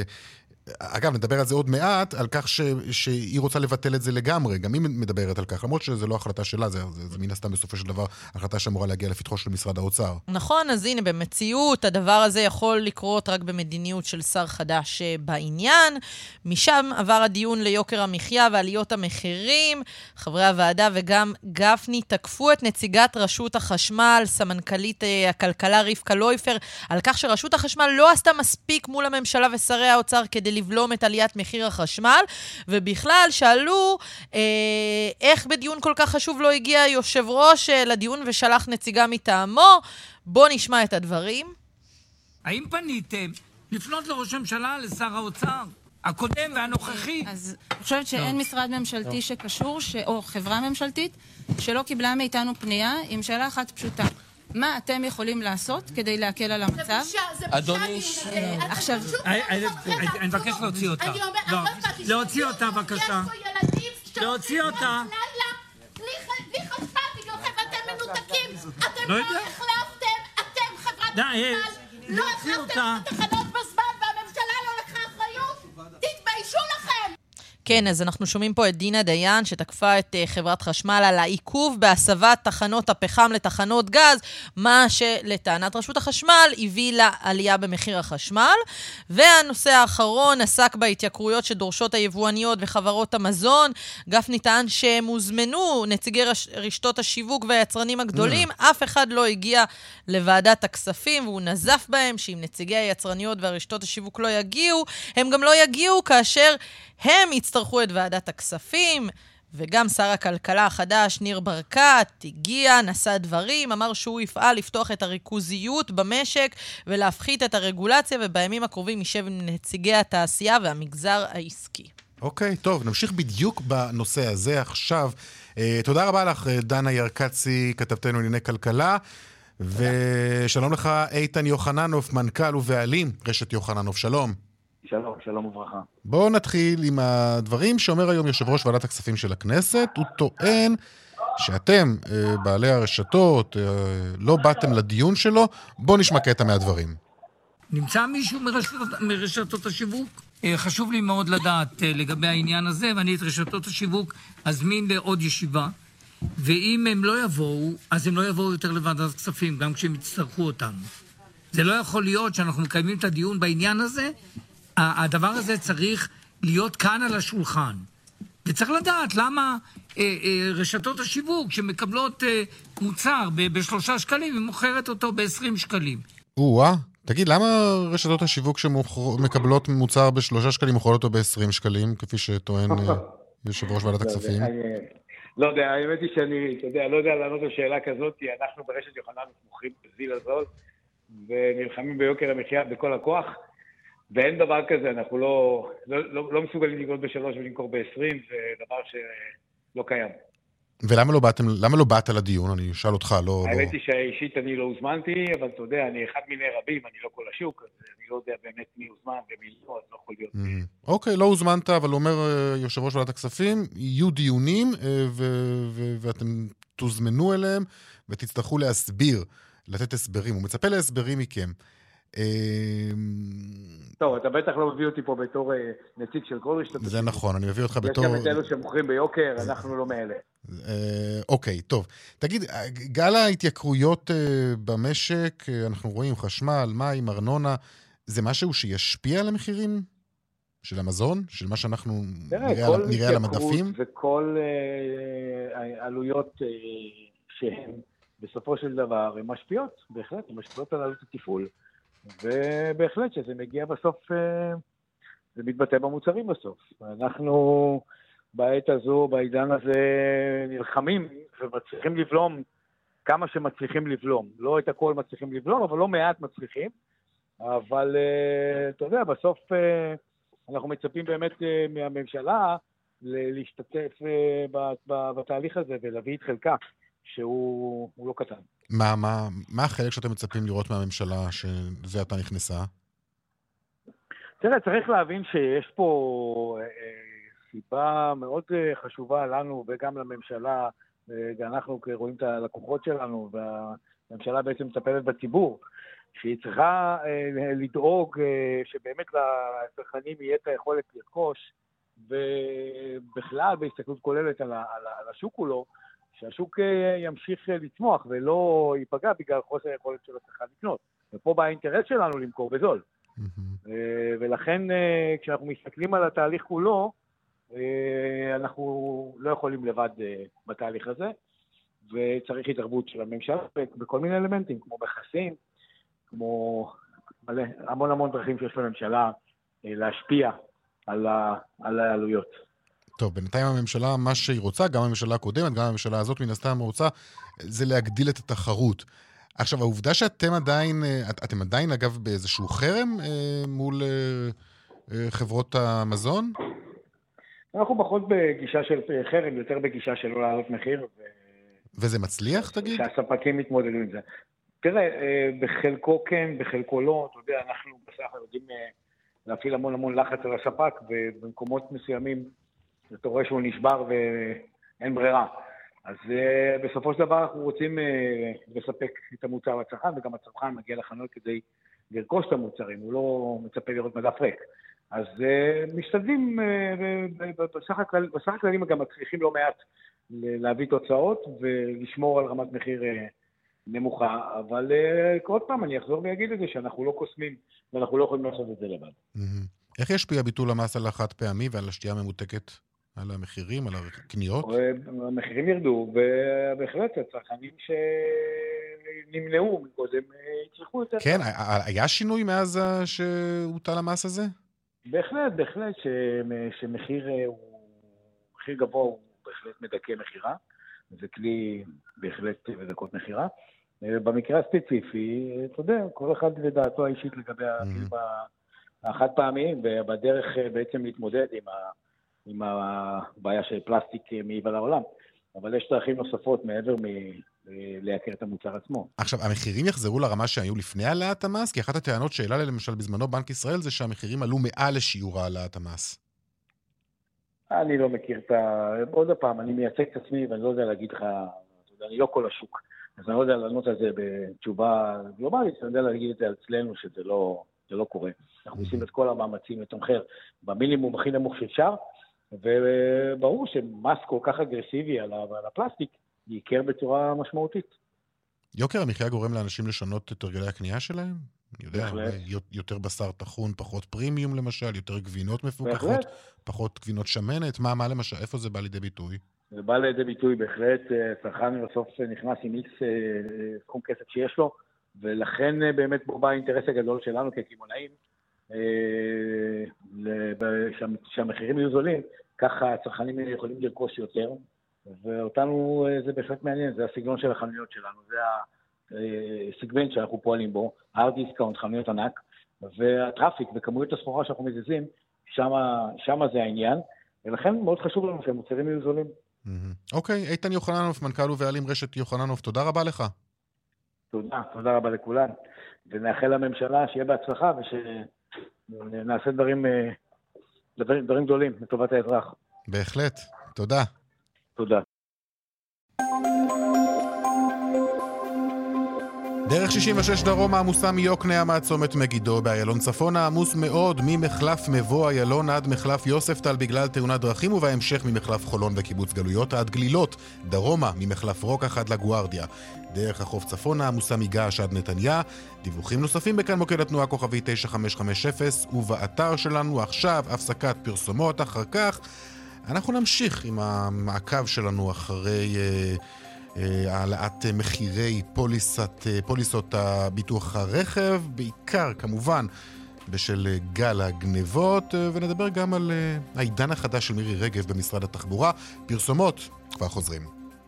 Speaker 3: אגב, נדבר על זה עוד מעט, על כך ש... שהיא רוצה לבטל את זה לגמרי. גם היא מדברת על כך, למרות שזה לא החלטה שלה, זה, זה, זה מן הסתם בסופו של דבר החלטה שאמורה להגיע לפתחו של משרד האוצר.
Speaker 10: נכון, אז הנה, במציאות, הדבר הזה יכול לקרות רק במדיניות של שר חדש בעניין. משם עבר הדיון ליוקר המחיה ועליות המחירים. חברי הוועדה וגם גפני תקפו את נציגת רשות החשמל, סמנכ"לית הכלכלה רבקה לויפר, על כך שרשות החשמל לא עשתה מספיק מול הממשלה ושרי האוצר כדי לבלום את עליית מחיר החשמל, ובכלל שאלו אה, איך בדיון כל כך חשוב לא הגיע יושב ראש אה, לדיון ושלח נציגה מטעמו. בוא נשמע את הדברים.
Speaker 5: האם פניתם לפנות לראש הממשלה, לשר האוצר? הקודם והנוכחי.
Speaker 14: אז אני חושבת שאין משרד ממשלתי שקשור, או חברה ממשלתית, שלא קיבלה מאיתנו פנייה עם שאלה אחת פשוטה. מה אתם יכולים לעשות כדי להקל על המצב?
Speaker 5: אדוני,
Speaker 14: עכשיו,
Speaker 5: אני מבקש להוציא אותה. להוציא אותה, בבקשה. להוציא אותה.
Speaker 2: לי חשפה בגללכם, אתם מנותקים. אתם לא החלפתם, אתם חברת חשמל. לא החלפתם תחנות בזמן והממשלה לא לקחה אחריות. תתביישו לכם.
Speaker 10: כן, אז אנחנו שומעים פה את דינה דיין, שתקפה את חברת חשמל על העיכוב בהסבת תחנות הפחם לתחנות גז, מה שלטענת רשות החשמל הביא לעלייה במחיר החשמל. והנושא האחרון עסק בהתייקרויות שדורשות היבואניות וחברות המזון. גפני טען שהם הוזמנו, נציגי רשתות השיווק והיצרנים הגדולים, אף אחד לא הגיע לוועדת הכספים, והוא נזף בהם שאם נציגי היצרניות והרשתות השיווק לא יגיעו, הם גם לא יגיעו כאשר הם יצטרכו את ועדת הכספים. וגם שר הכלכלה החדש, ניר ברקת, הגיע, נשא דברים, אמר שהוא יפעל לפתוח את הריכוזיות במשק ולהפחית את הרגולציה, ובימים הקרובים יישב עם נציגי התעשייה והמגזר העסקי.
Speaker 3: אוקיי, טוב, נמשיך בדיוק בנושא הזה עכשיו. אה, תודה רבה לך, דנה ירקצי, כתבתנו לענייני כלכלה, ושלום לך, איתן יוחננוף, מנכ"ל ובעלים רשת יוחננוף, שלום.
Speaker 15: שלום, שלום וברכה.
Speaker 3: בואו נתחיל עם הדברים שאומר היום יושב ראש ועדת הכספים של הכנסת. הוא טוען שאתם, בעלי הרשתות, לא באתם לדיון שלו. בואו נשמע קטע מהדברים.
Speaker 5: נמצא מישהו מרשתות, מרשתות השיווק? חשוב לי מאוד לדעת לגבי העניין הזה, ואני את רשתות השיווק אזמין לעוד ישיבה, ואם הם לא יבואו, אז הם לא יבואו יותר לוועדת הכספים, גם כשהם יצטרכו אותנו. זה לא יכול להיות שאנחנו מקיימים את הדיון בעניין הזה. הדבר הזה צריך להיות כאן על השולחן. וצריך לדעת למה אה, אה, רשתות השיווק שמקבלות אה, מוצר ב- בשלושה שקלים, היא מוכרת אותו ב-עשרים שקלים.
Speaker 3: או-אה, תגיד, למה רשתות השיווק שמקבלות מוצר בשלושה שקלים מוכרות אותו ב-עשרים שקלים, כפי שטוען אה, יושב ראש ועדת הכספים?
Speaker 15: לא יודע, האמת היא שאני, אתה יודע, לא יודע לענות על שאלה כזאת, כי אנחנו ברשת יוחננוף מוכרים בזיל הזול, ונלחמים ביוקר המחיה בכל הכוח, ואין דבר כזה, אנחנו לא, לא, לא, לא מסוגלים לקנות בשלוש ולמכור ב-עשרים, זה דבר שלא קיים.
Speaker 3: ולמה לא באתם, למה לא באת לדיון? אני אשאל אותך, לא...
Speaker 15: האמת
Speaker 3: לא...
Speaker 15: היא שהאישית אני לא הוזמנתי, אבל אתה יודע, אני אחד מיני רבים, אני לא כל השוק, אז אני לא יודע באמת מי הוזמן ומי לא, אז לא יכול להיות.
Speaker 3: Mm-hmm. אוקיי, לא הוזמנת, אבל אומר יושב ראש ועדת הכספים, יהיו דיונים, ו- ו- ואתם תוזמנו אליהם, ותצטרכו להסביר, לתת הסברים. הוא מצפה להסברים מכם.
Speaker 15: טוב, אתה בטח לא מביא אותי פה בתור נציג של כל רשתות.
Speaker 3: זה נכון, אני מביא אותך בתור...
Speaker 15: יש גם את אלו שמוכרים ביוקר, אנחנו לא מאלה.
Speaker 3: אוקיי, טוב. תגיד, גל ההתייקרויות במשק, אנחנו רואים חשמל, מים, ארנונה, זה משהו שישפיע על המחירים של המזון? של מה שאנחנו נראה על המדפים?
Speaker 15: וכל עלויות שהן בסופו של דבר הן משפיעות, בהחלט, הן משפיעות על עלות התפעול. ובהחלט שזה מגיע בסוף, זה מתבטא במוצרים בסוף. אנחנו בעת הזו, בעידן הזה, נלחמים ומצליחים לבלום כמה שמצליחים לבלום. לא את הכל מצליחים לבלום, אבל לא מעט מצליחים. אבל אתה יודע, בסוף אנחנו מצפים באמת מהממשלה להשתתף בתהליך הזה ולהביא את חלקה, שהוא לא קטן.
Speaker 3: מה, מה, מה החלק שאתם מצפים לראות מהממשלה שזה עתה נכנסה?
Speaker 15: תראה, צריך להבין שיש פה אה, סיבה מאוד חשובה לנו וגם לממשלה, ואנחנו רואים את הלקוחות שלנו, והממשלה בעצם מטפלת בציבור, שהיא צריכה אה, לדאוג אה, שבאמת לצרכנים יהיה את היכולת לרכוש, ובכלל בהסתכלות כוללת על, על, על השוק כולו, שהשוק ימשיך לצמוח ולא ייפגע בגלל חוסר היכולת של הצרכן לקנות. ופה בא האינטרס שלנו למכור בזול. Mm-hmm. ולכן כשאנחנו מסתכלים על התהליך כולו, אנחנו לא יכולים לבד בתהליך הזה, וצריך התערבות של הממשלה בכל מיני אלמנטים, כמו מכסים, כמו מלא, המון המון דרכים שיש לממשלה להשפיע על, ה, על העלויות.
Speaker 3: טוב, בינתיים הממשלה, מה שהיא רוצה, גם הממשלה הקודמת, גם הממשלה הזאת מן הסתם רוצה, זה להגדיל את התחרות. עכשיו, העובדה שאתם עדיין, אתם עדיין אגב באיזשהו חרם מול חברות המזון?
Speaker 15: אנחנו פחות בגישה של חרם, יותר בגישה של לא לעלות מחיר.
Speaker 3: וזה מצליח, תגיד?
Speaker 15: שהספקים מתמודדים עם זה. תראה, בחלקו כן, בחלקו לא, אתה יודע, אנחנו בסך יודעים להפעיל המון המון לחץ על הספק, ובמקומות מסוימים אתה רואה שהוא נשבר ואין ברירה. אז בסופו של דבר אנחנו רוצים לספק את המוצר לצרכן, וגם הצרכן מגיע לחנות כדי לרכוש את המוצרים, הוא לא מצפה לראות מדף ריק. אז משתדלים, בסך הכללים גם מצליחים לא מעט להביא תוצאות ולשמור על רמת מחיר נמוכה, אבל עוד פעם אני אחזור ויגיד את זה שאנחנו לא קוסמים ואנחנו לא יכולים לעשות את זה לבד.
Speaker 3: איך ישפיע ביטול המס על החד פעמי ועל השתייה הממותקת, על המחירים, על הקניות?
Speaker 15: המחירים ירדו, ובהחלט הצרכנים שנמנעו מקודם יצריכו יותר.
Speaker 3: כן, היה שינוי מאז שהוטל המס הזה?
Speaker 15: בהחלט, בהחלט שמחיר הוא מחיר גבוה הוא בהחלט מדכא מחירה, זה כלי בהחלט מדכות מחירה. במקרה הספציפי, אתה יודע, כל אחד ודעתו האישית לגבי החד פעמיים, ובדרך בעצם להתמודד עם ה... עם הבעיה של פלסטיק מעיב על העולם. אבל יש דרכים נוספות מעבר מלייקר את המוצר עצמו.
Speaker 3: עכשיו, המחירים יחזרו לרמה שהיו לפני העלאת המס? כי אחת הטענות שהעלה למשל בזמנו בנק ישראל זה שהמחירים עלו מעל לשיעור העלאת המס.
Speaker 15: אני לא מכיר את ה... עוד הפעם, אני מייצג את עצמי ואני לא יודע להגיד לך, אני לא כל השוק. אז אני לא יודע לענות על זה בתשובה גלובלית, אני יודע להגיד את זה אצלנו שזה לא, זה לא קורה. אנחנו עושים את כל המאמצים לתמחר במינימום הכי נמוך שאפשר, וברור שמס כל כך אגרסיבי על הפלסטיק ייקר בצורה משמעותית.
Speaker 3: יוקר המחיה גורם לאנשים לשנות את הרגלי הקנייה שלהם? אני יודע, יותר בשר טחון, פחות פרימיום למשל, יותר גבינות מפוקחות, פחות גבינות שמנת, מה, מה למשל, איפה זה בא לידי ביטוי?
Speaker 15: זה בא לידי ביטוי בהחלט, צרכן בסוף נכנס עם איקס סכום כסף שיש לו, ולכן באמת בו בא האינטרס הגדול שלנו כקימונאים, שהמחירים יהיו זולים, ככה הצרכנים יכולים לרכוש יותר, ואותנו זה בהחלט מעניין, זה הסגנון של החנויות שלנו, זה הסגמנט שאנחנו פועלים בו, הארד דיסקאונט, חנויות ענק, והטראפיק וכמויות הסחורה שאנחנו מזיזים, שמה זה העניין, ולכן מאוד חשוב לנו שהמוצרים יהיו זולים.
Speaker 3: אוקיי, איתן יוחננוף, מנכ"ל ובעלים רשת יוחננוף, תודה רבה לך.
Speaker 15: תודה, תודה רבה לכולם, ונאחל לממשלה שיהיה בהצלחה, ושנעשה דברים, דברים, דברים גדולים לטובת האזרח.
Speaker 3: בהחלט, תודה.
Speaker 15: תודה.
Speaker 3: דרך שישים ושש דרום העמוסה מיוקנעם עד צומת מגידו, באיילון צפון העמוס מאוד ממחלף מבוא איילון עד מחלף יוספטל בגלל תאונת דרכים, ובהמשך ממחלף חולון וקיבוץ גלויות עד גלילות, דרומה ממחלף רוקח עד לגוארדיה. דרך החוף צפון העמוסה מגעש עד נתניה. דיווחים נוספים בכאן מוקד התנועה כוכבי תשע חמש חמש אפס, ובאתר שלנו עכשיו הפסקת פרסומות. אחר כך אנחנו נמשיך עם המעקב שלנו אחרי העלאת מחירי פוליסת, פוליסות הביטוח הרכב, בעיקר כמובן בשל גל הגנבות, ונדבר גם על העידן החדש של מירי רגב במשרד התחבורה. פרסומות, כבר חוזרים.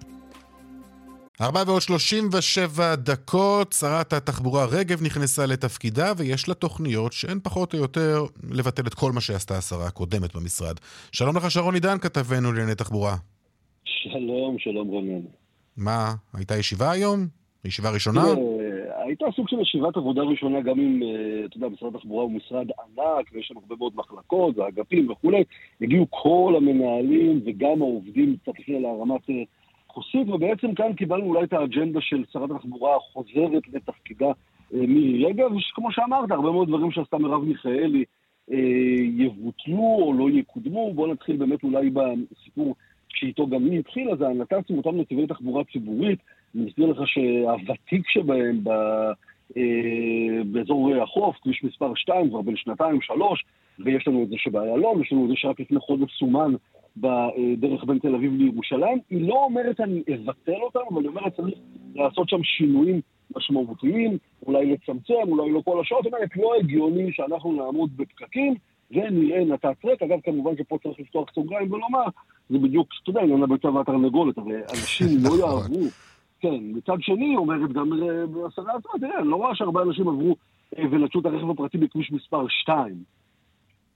Speaker 3: ארבע ועוד שלושים ושבע דקות, שרת התחבורה רגב נכנסה לתפקידה, ויש לה תוכניות שהן פחות או יותר לבטל את כל מה שעשתה השרה הקודמת במשרד. שלום לך שרון עידן, כתבנו לענייני תחבורה.
Speaker 16: שלום, שלום רונן.
Speaker 3: מה, הייתה ישיבה היום? ישיבה ראשונה?
Speaker 16: הייתה סוג של ישיבת עבודה ראשונה, גם עם, אתה יודע, משרד התחבורה הוא משרד ענק, ויש שם הרבה מאוד מחלקות ואגפים וכולי. הגיעו כל המנהלים וגם העובדים מצטרפים להרמת חוסית, ובעצם כאן קיבלנו אולי את האג'נדה של שרת התחבורה חוזרת לתפקידה מירי רגב, וכמו שאמרת, הרבה מאוד דברים שעשתה מרב מיכאלי יבוטלו או לא יקודמו. בואו נתחיל באמת אולי בסיפור שאיתו גם היא התחילה, זה הנת"צים, אותם נתיבי תחבורה ציבורית. אני מסביר לך שהוותיק שבהם ב, אה, באזור החוף, כביש מספר שתיים, כבר בין שנתיים, שלוש, ויש לנו את זה שבאיילון, יש לנו את זה שרק לפני חודש סומן בדרך בין תל אביב לירושלים. היא לא אומרת אני אבטל אותם, אבל היא אומרת צריך לעשות שם שינויים משמעותיים, אולי לצמצם, אולי לא כל השעות. זאת אומרת, לא הגיוני שאנחנו נעמוד בפקקים, ונראה נת"צ ריק. אגב, כמובן שפה צריך לפתוח סוגריים ולומר, זה בדיוק, אתה יודע, עניין הביצה והתרנגולת, אבל אנשים לא יעברו. כן, מצד שני, אומרת גם השרה הזאת, תראה, אני לא רואה שהרבה אנשים עברו ולצאו את הרכב הפרטי בכביש מספר שתיים.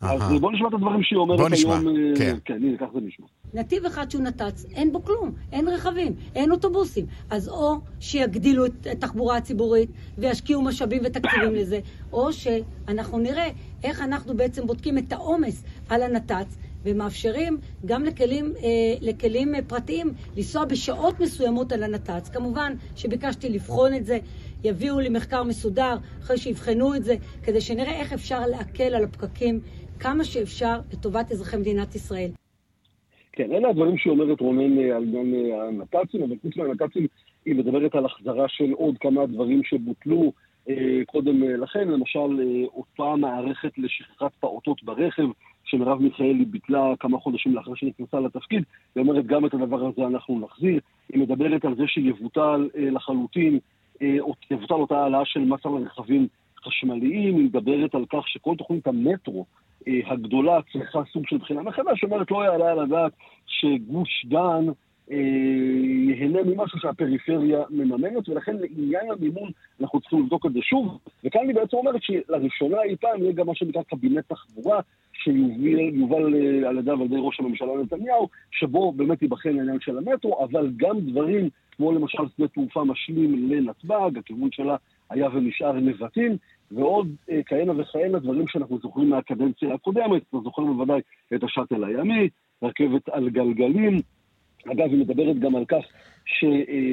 Speaker 16: אז בוא נשמע את הדברים שהיא אומרת היום.
Speaker 3: כן.
Speaker 16: כן, הנה, כך זה נשמע.
Speaker 17: נתיב אחד שהוא נת"צ, אין בו כלום, אין רכבים, אין אוטובוסים. אז או שיגדילו את התחבורה הציבורית וישקיעו משאבים ותקציבים לזה, או שאנחנו נראה איך אנחנו בעצם בודקים את העומס על הנת"צ, ומאפשרים גם לכלים, אה, לכלים פרטיים לנסוע בשעות מסוימות על הנת"צ. כמובן שביקשתי לבחון את זה, יביאו לי מחקר מסודר אחרי שיבחנו את זה, כדי שנראה איך אפשר להקל על הפקקים כמה שאפשר לטובת אזרחי מדינת ישראל.
Speaker 16: כן, אלה הדברים שהיא אומרת רונן על עניין הנת"צים, אבל חוץ מהנת"צים היא מדברת על החזרה של עוד כמה דברים שבוטלו אה, קודם לכן, למשל אה, אותה מערכת לשכחת פעוטות ברכב, שמרב מיכאלי ביטלה כמה חודשים לאחר שנכנסה לתפקיד, היא אומרת גם את הדבר הזה אנחנו נחזיר. היא מדברת על זה שיבוטל אה, לחלוטין, אה, או יבוטל אותה העלאה של מס על רכבים חשמליים. היא מדברת על כך שכל תוכנית המטרו אה, הגדולה צריכה סוג של בחינה מחדש, שאומרת לא יעלה על הדעת שגוש דן אה, יהנה ממשהו שהפריפריה מממנת, ולכן לעניין המימון אנחנו צריכים לבדוק את זה שוב. וכאן היא בעצם אומרת שלראשונה אי פעם יהיה גם מה שנקרא קבינט תחבורה, שיובל על ידיו על ידי ראש הממשלה נתניהו, שבו באמת ייבחן העניין של המטרו, אבל גם דברים כמו למשל שדה תעופה משלים לנתב"ג, הכיוון שלה היה ונשאר נבטים, ועוד אה, כהנה וכהנה דברים שאנחנו זוכרים מהקדנציה הקודמת. אתה זוכר בוודאי את השאטל הימי, רכבת על גלגלים. אגב, היא מדברת גם על כך שמה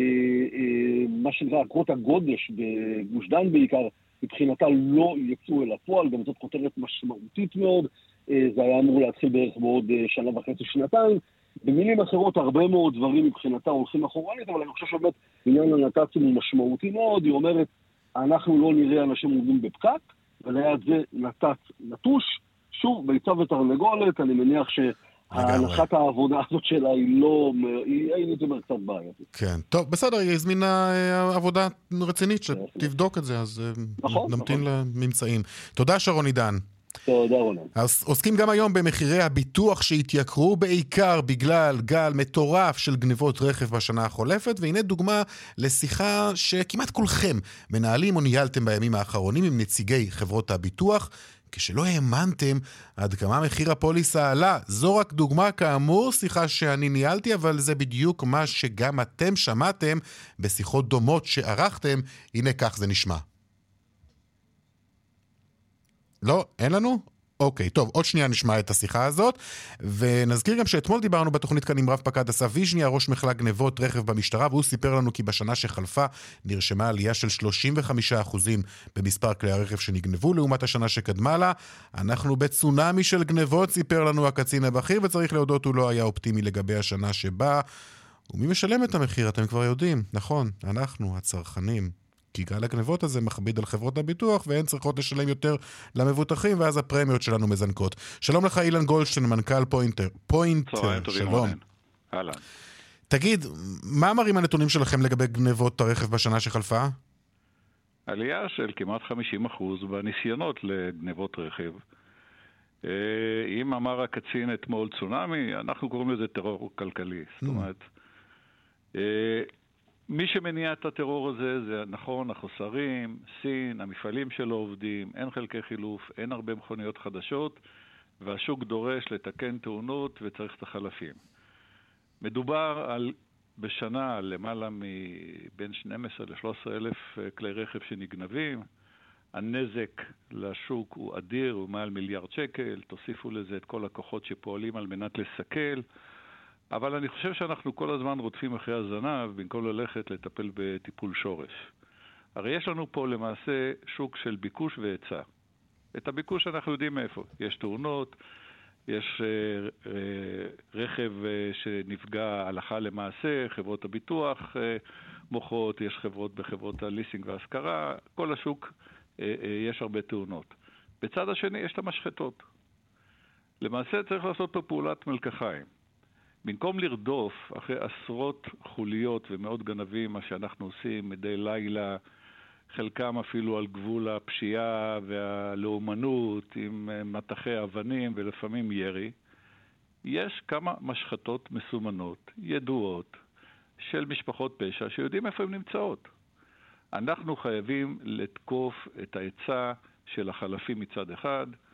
Speaker 16: אה, אה, שנקרא עקרות הגודש בגוש דן בעיקר, מבחינתה לא יצאו אל הפועל, גם זאת כותרת משמעותית מאוד. זה היה אמור להתחיל בערך בעוד שנה וחצי, שנתיים. במילים אחרות, הרבה מאוד דברים מבחינתה הולכים אחורנית, אבל אני חושב שבאמת עניין הנת"צים הוא משמעותי מאוד. היא אומרת, אנחנו לא נראה אנשים עומדים בפקק, וליד זה נת"צ נטוש. שוב, ביצה ותרנגולת, אני מניח שההנחת העבודה הזאת שלה היא לא, היא הייתי אומר קצת בעיה.
Speaker 3: כן, טוב, בסדר, היא הזמינה עבודה רצינית שתבדוק את זה, אז נמתין לממצאים. תודה שרון עידן.
Speaker 16: תודה רונן.
Speaker 3: אז עוסקים גם היום במחירי הביטוח שהתייקרו בעיקר בגלל גל מטורף של גניבות רכב בשנה החולפת, והנה דוגמה לשיחה שכמעט כולכם מנהלים או ניהלתם בימים האחרונים עם נציגי חברות הביטוח, כשלא האמנתם עד כמה מחיר הפוליסה עלה. זו רק דוגמה כאמור, שיחה שאני ניהלתי, אבל זה בדיוק מה שגם אתם שמעתם בשיחות דומות שערכתם. הנה כך זה נשמע. לא, אין לנו? אוקיי, טוב, עוד שנייה נשמע את השיחה הזאת, ונזכיר גם שאתמול דיברנו בתוכנית כאן עם רב פקד אסף ויז'ניה, ראש מחלק גנבות רכב במשטרה, והוא סיפר לנו כי בשנה שחלפה נרשמה עלייה של שלושים וחמישה אחוז במספר כלי הרכב שנגנבו לעומת השנה שקדמה לה. אנחנו בצונמי של גנבות, סיפר לנו הקצין הבכיר, וצריך להודות הוא לא היה אופטימי לגבי השנה שבה. ומי משלם את המחיר? אתם כבר יודעים, נכון, אנחנו, הצרכנים. כי גל הגנבות הזה מכביד על חברות הביטוח, והן צריכות לשלם יותר למבוטחים, ואז הפרמיות שלנו מזנקות. שלום לך אילן גולדשטיין, מנכ"ל פוינטר. פוינטר, שלום.
Speaker 18: הלאה.
Speaker 3: תגיד, מה מראים הנתונים שלכם לגבי גנבות הרכב בשנה שחלפה?
Speaker 18: עלייה של כמעט חמישים אחוז בניסיונות לגנבות רכב. אם אמר הקצין אתמול צונמי, אנחנו קוראים לזה טרור כלכלי. זאת אומרת, מי שמניע את הטרור הזה זה נכון, החוסרים, סין, המפעלים שלו עובדים, אין חלקי חילוף, אין הרבה מכוניות חדשות, והשוק דורש לתקן תאונות וצריך את החלפים. מדובר על בשנה למעלה מבין שנים עשר ל-שלוש עשרה אלף כלי רכב שנגנבים. הנזק לשוק הוא אדיר, הוא מעל מיליארד שקל. תוסיפו לזה את כל הכוחות שפועלים על מנת לסכל. אבל אני חושב שאנחנו כל הזמן רודפים אחרי הזנב, במקום ללכת לטפל בטיפול שורש. הרי יש לנו פה למעשה שוק של ביקוש והיצע. את הביקוש אנחנו יודעים מאיפה. יש תאונות, יש אה, אה, רכב אה, שנפגע הלכה למעשה, חברות הביטוח אה, מוכרות, יש חברות בחברות הליסינג והשכרה, כל השוק אה, אה, יש הרבה תאונות. בצד השני יש את המשחטות. למעשה צריך לעשות פה פעולת מלקחיים. במקום לרדוף אחרי עשרות חוליות ומאות גנבים, מה שאנחנו עושים מדי לילה, חלקם אפילו על גבול הפשיעה והלאומנות, עם מתחי אבנים ולפעמים ירי, יש כמה משחטות מסומנות, ידועות, של משפחות פשע שיודעים איפה הן נמצאות. אנחנו חייבים לתקוף את ההיצע של החלפים מצד אחד,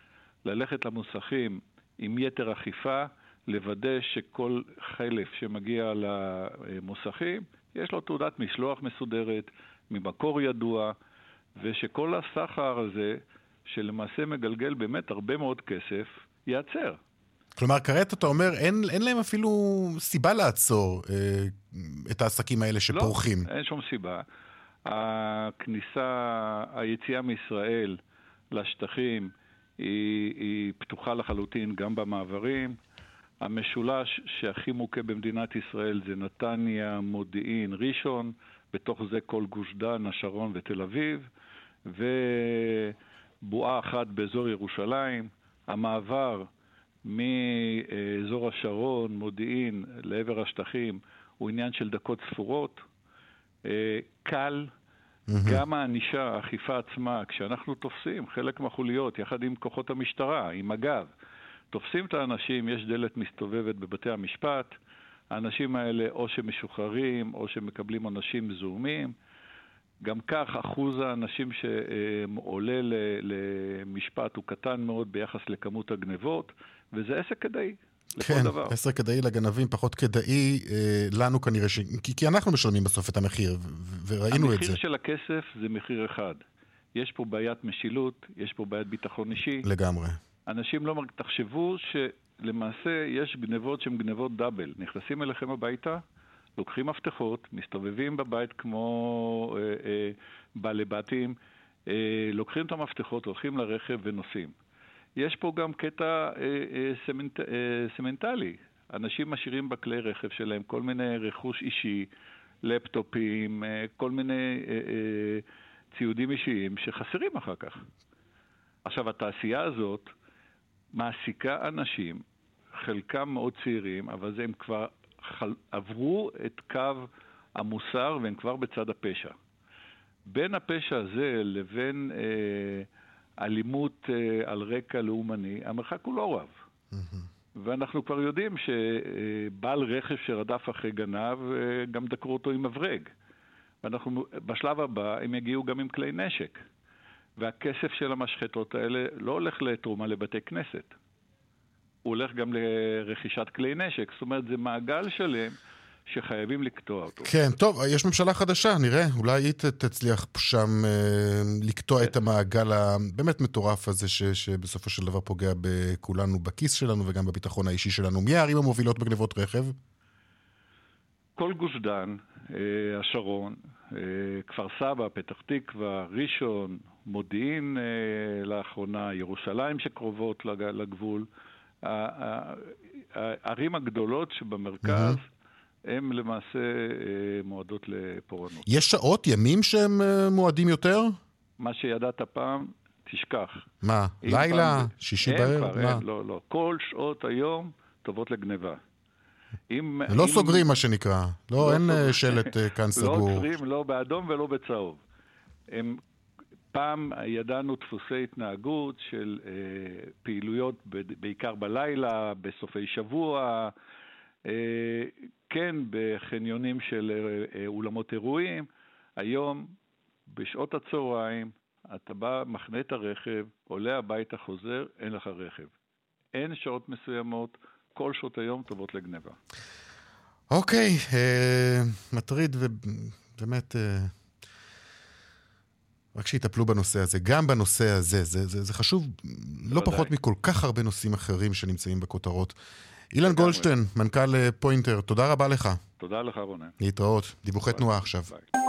Speaker 18: ללכת למוסכים עם יתר אכיפה, לוודא שכל חלף שמגיע למוסכים, יש לו תעודת משלוח מסודרת, ממקור ידוע, ושכל הסחר הזה, שלמעשה מגלגל באמת הרבה מאוד כסף, ייעצר.
Speaker 3: כלומר, כעת אתה אומר, אין, אין להם אפילו סיבה לעצור אה, את העסקים האלה שפורחים.
Speaker 18: לא, אין שום סיבה. הכניסה, היציאה מישראל לשטחים היא, היא פתוחה לחלוטין גם במעברים. המשולש שהכי מוכה במדינת ישראל זה נתניה, מודיעין, ראשון, בתוך זה כל גוש דן, השרון ותל אביב, ובועה אחת באזור ירושלים. המעבר מאזור השרון, מודיעין, לעבר השטחים, הוא עניין של דקות ספורות. קל, גם הענישה, האכיפה עצמה, כשאנחנו תופסים חלק מהחוליות, יחד עם כוחות המשטרה, עם אגב, תופסים את האנשים, יש דלת מסתובבת בבתי המשפט, האנשים האלה או שמשוחררים או שמקבלים עונשים זעומים. גם כך אחוז האנשים שעולה למשפט הוא קטן מאוד ביחס לכמות הגנבות, וזה עסק כדאי.
Speaker 3: כן, עסק כדאי לגנבים, פחות כדאי אה, לנו כנראה, ש... כי, כי אנחנו משלמים בסוף את המחיר, ו- וראינו את זה.
Speaker 18: המחיר של הכסף זה מחיר אחד. יש פה בעיית משילות, יש פה בעיית ביטחון אישי.
Speaker 3: לגמרי.
Speaker 18: אנשים לא מרג... תחשבו שלמעשה יש גנבות שהן גנבות דאבל. נכנסים אליכם הביתה, לוקחים מפתחות, מסתובבים בבית כמו אה, אה, בעלי בתים, אה, לוקחים את המפתחות, הולכים לרכב ונוסעים. יש פה גם קטע אה, אה, סמנט, אה, סמנטלי. אנשים משאירים בכלי רכב שלהם כל מיני רכוש אישי, לפטופים, אה, כל מיני אה, אה, ציודים אישיים שחסרים אחר כך. עכשיו, התעשייה הזאת מעסיקה אנשים, חלקם מאוד צעירים, אבל זה הם כבר חל... עברו את קו המוסר והם כבר בצד הפשע. בין הפשע הזה לבין אה, אלימות אה, על רקע לאומני, המרחק הוא לא רב. Mm-hmm. ואנחנו כבר יודעים שבעל רכב שרדף אחרי גנב, אה, גם דקרו אותו עם מברג. ואנחנו, בשלב הבא הם יגיעו גם עם כלי נשק. והכסף של המשחטות האלה לא הולך לתרומה לבתי כנסת. הוא הולך גם לרכישת כלי נשק. זאת אומרת, זה מעגל שלם שחייבים לקטוע אותו.
Speaker 3: כן, טוב, יש ממשלה חדשה, נראה. אולי היא תצליח שם אה, לקטוע את המעגל הבאמת מטורף הזה, ש, שבסופו של דבר פוגע בכולנו, בכיס שלנו וגם בביטחון האישי שלנו. מי הערים המובילות בגנבות רכב?
Speaker 18: כל גוש דן, אה, השרון, אה, כפר סבא, פתח תקווה, ראשון, מודיעין אה, לאחרונה, ירושלים שקרובות לגבול. הערים הגדולות שבמרכז הם למעשה מועדות לפורענות.
Speaker 3: יש שעות, ימים שהם מועדים יותר?
Speaker 18: מה שידעת פעם, תשכח.
Speaker 3: מה? לילה? שישי בערב? מה?
Speaker 18: לא, לא. כל שעות היום טובות לגניבה.
Speaker 3: לא סוגרים מה שנקרא. לא, אין שלט כאן סגור.
Speaker 18: לא עוצרים, לא באדום ולא בצהוב. הם... פעם ידענו דפוסי התנהגות של אה, פעילויות ב- בעיקר בלילה, בסופי שבוע, אה, כן בחניונים של אה, אולמות אירועים. היום, בשעות הצהריים, אתה בא, מחנה את הרכב, עולה הביתה, חוזר, אין לך רכב. אין שעות מסוימות, כל שעות היום טובות לגניבה.
Speaker 3: אוקיי, אה, מטריד ובאמת... אה... רק שיטפלו בנושא הזה, גם בנושא הזה, זה, זה, זה חשוב לא פחות מכל כך הרבה נושאים אחרים שנמצאים בכותרות. אילן גולדשטיין, מנכ"ל פוינטר, תודה רבה לך.
Speaker 18: תודה לך, רונן.
Speaker 3: להתראות, דיווחי תנועה עכשיו.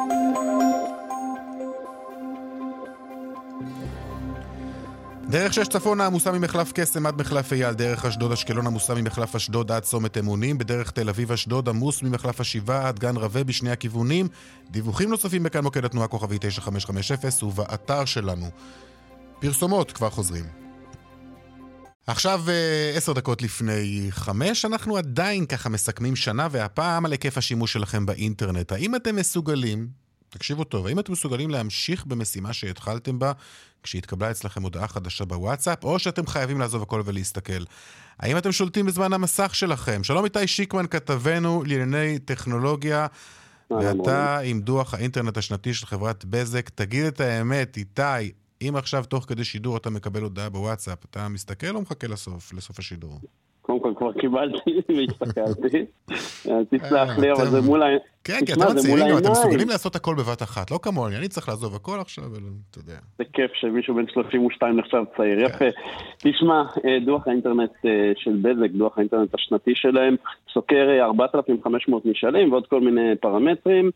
Speaker 3: דרך שש צפון העמוסה ממחלף קסם עד מחלף אייל, דרך אשדוד אשקלון עמוסה ממחלף אשדוד עד צומת אמונים, בדרך תל אביב אשדוד עמוס ממחלף השבעה עד גן רווה בשני הכיוונים. דיווחים נוספים בכאן מוקד התנועה כוכבי תשע חמש חמש אפס ובאתר שלנו. פרסומות כבר חוזרים. עכשיו עשר דקות לפני חמש, אנחנו עדיין ככה מסכמים שנה, והפעם על היקף השימוש שלכם באינטרנט. האם אתם מסוגלים, תקשיבו טוב, האם אתם מסוגלים להמשיך במשימה שהתחלתם בה כשהתקבלה אצלכם הודעה חדשה בוואטסאפ, או שאתם חייבים לעזוב הכל ולהסתכל? האם אתם שולטים בזמן המסך שלכם? שלום איתי שיקמן, כתבנו לענייני טכנולוגיה, ואתה עם דוח האינטרנט השנתי של חברת בזק. תגיד את האמת, איתי, אם עכשיו תוך כדי שידור אתה מקבל הודעה בוואטסאפ, אתה מסתכל או מחכה לסוף, לסוף השידור?
Speaker 19: קודם כל כבר קיבלתי והסתכלתי. תסלח לי, אבל זה מול העיניים.
Speaker 3: כן, כי אתם מצעירים, אתם מסוגלים לעשות הכל בבת אחת, לא כמוני, אני צריך לעזוב הכל עכשיו, אתה יודע.
Speaker 19: זה כיף שמישהו בן שלושים ושתיים נחשב צעיר, יפה. תשמע, דוח האינטרנט של בזק, דוח האינטרנט השנתי שלהם, סוקר ארבעת אלפים וחמש מאות משאלים ועוד כל מיני פרמטרים,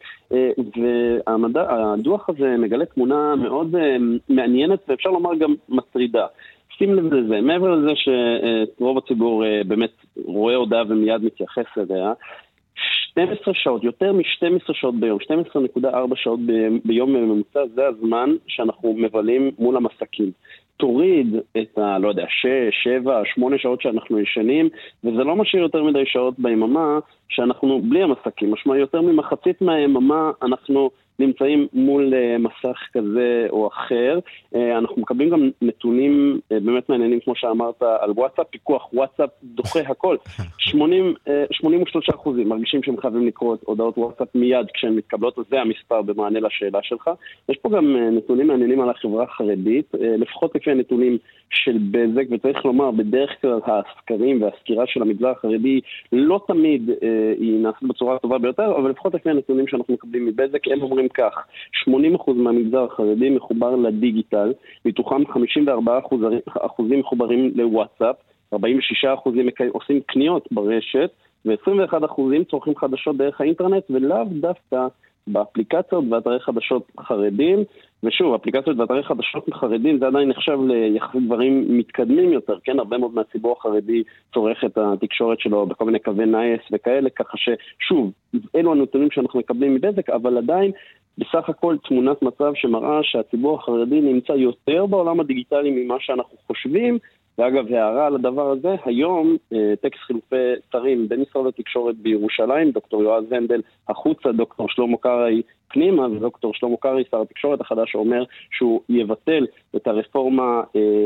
Speaker 19: והדוח הזה מגלה תמונה מאוד מעניינת, ואפשר לומר גם מטרידה. שים לב לזה, מעבר לזה שרוב הציבור באמת רואה הודעה ומיד מתייחס אליה, שתים עשרה שעות, יותר מ-שתים עשרה שעות ביום, שתים עשרה נקודה ארבע שעות ביום ממוצע, זה הזמן שאנחנו מבלים מול המסכים. תוריד את ה, לא יודע, שש, שבע, שמונה שעות שאנחנו ישנים, וזה לא משאיר יותר מדי שעות ביממה שאנחנו בלי המסכים. משמע, יותר ממחצית מהיממה אנחנו נמצאים מול מסך כזה או אחר. אנחנו מקבלים גם נתונים באמת מעניינים, כמו שאמרת, על וואטסאפ, פיקוח וואטסאפ דוחה הכל. שמונים, שמונים ושלושה אחוזים מרגישים שהם חייבים לקרוא את הודעות וואטסאפ מיד כשהן מתקבלות, זה המספר במענה לשאלה שלך. יש פה גם נתונים מעניינים על החברה החרדית, לפחות לפי הנתונים של בזק, וצריך לומר, בדרך כלל הסקרים והסקירה של המגזר החרדי לא תמיד היא נעשית בצורה הטובה ביותר, אבל לפחות לפי הנתונים שאנחנו מקבלים מבזק, הם אומרים כך, שמונים אחוז מהמגזר החרדי מחובר לדיגיטל, מתוכם חמישים וארבעה אחוזים מחוברים לוואטסאפ, ארבעים ושישה אחוזים עושים קניות ברשת, ו-עשרים ואחד אחוזים צורכים חדשות דרך האינטרנט, ולאו דווקא באפליקציות ואתרי חדשות חרדים. ושוב, אפליקציות ואתרי חדשות חרדים זה עדיין נחשב ליחסית דברים מתקדמים יותר, כן? הרבה מאוד מהציבור החרדי צורך את התקשורת שלו בכל מיני קווי נייס וכאלה, ככה ששוב, אלו הנתונים שאנחנו מקבלים מבזק, אבל עדיין בסך הכל תמונת מצב שמראה שהציבור החרדי נמצא יותר בעולם הדיגיטלי ממה שאנחנו חושבים. ואגב, הערה על הדבר הזה, היום טקס חילופי שרים במשרד התקשורת בירושלים, דוקטור יועז הנדל החוצה, דוקטור שלמה קרעי פנימה, ודוקטור שלמה קרעי, שר התקשורת החדש, אומר שהוא יבטל את הרפורמה,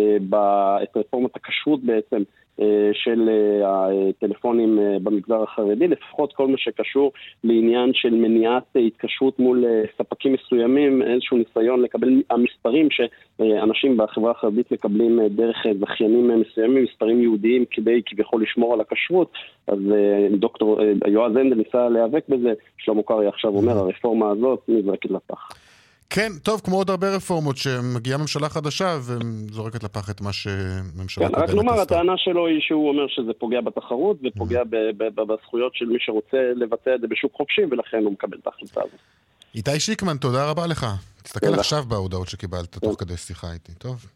Speaker 19: את רפורמת הכשרות בעצם, של הטלפונים במגזר החרדי, לפחות כל מה שקשור לעניין של מניעת התקשרות מול ספקים מסוימים, איזשהו ניסיון לקבל המספרים שאנשים בחברה החרדית מקבלים דרך זכיינים מסוימים, מספרים יהודיים כדי כביכול לשמור על הכשרות. אז דוקטור יועז הנדל ניסה להיאבק בזה, שלמה קרעי עכשיו אומר, הרפורמה הזאת נזרקת לפח.
Speaker 3: כן, טוב, כמו עוד הרבה רפורמות שמגיעה ממשלה חדשה וזורקת לפח את מה שממשלה קודמת.
Speaker 19: רק נאמר, הטענה שלו היא שהוא אומר שזה פוגע בתחרות ופוגע בזכויות של מי שרוצה לבצע את זה בשוק חופשי, ולכן הוא מקבל את ההחלטה הזאת.
Speaker 3: איתי שיקמן, תודה רבה לך. תסתכל עכשיו בהודעות שקיבלת תוך כדי שיחה איתי, טוב?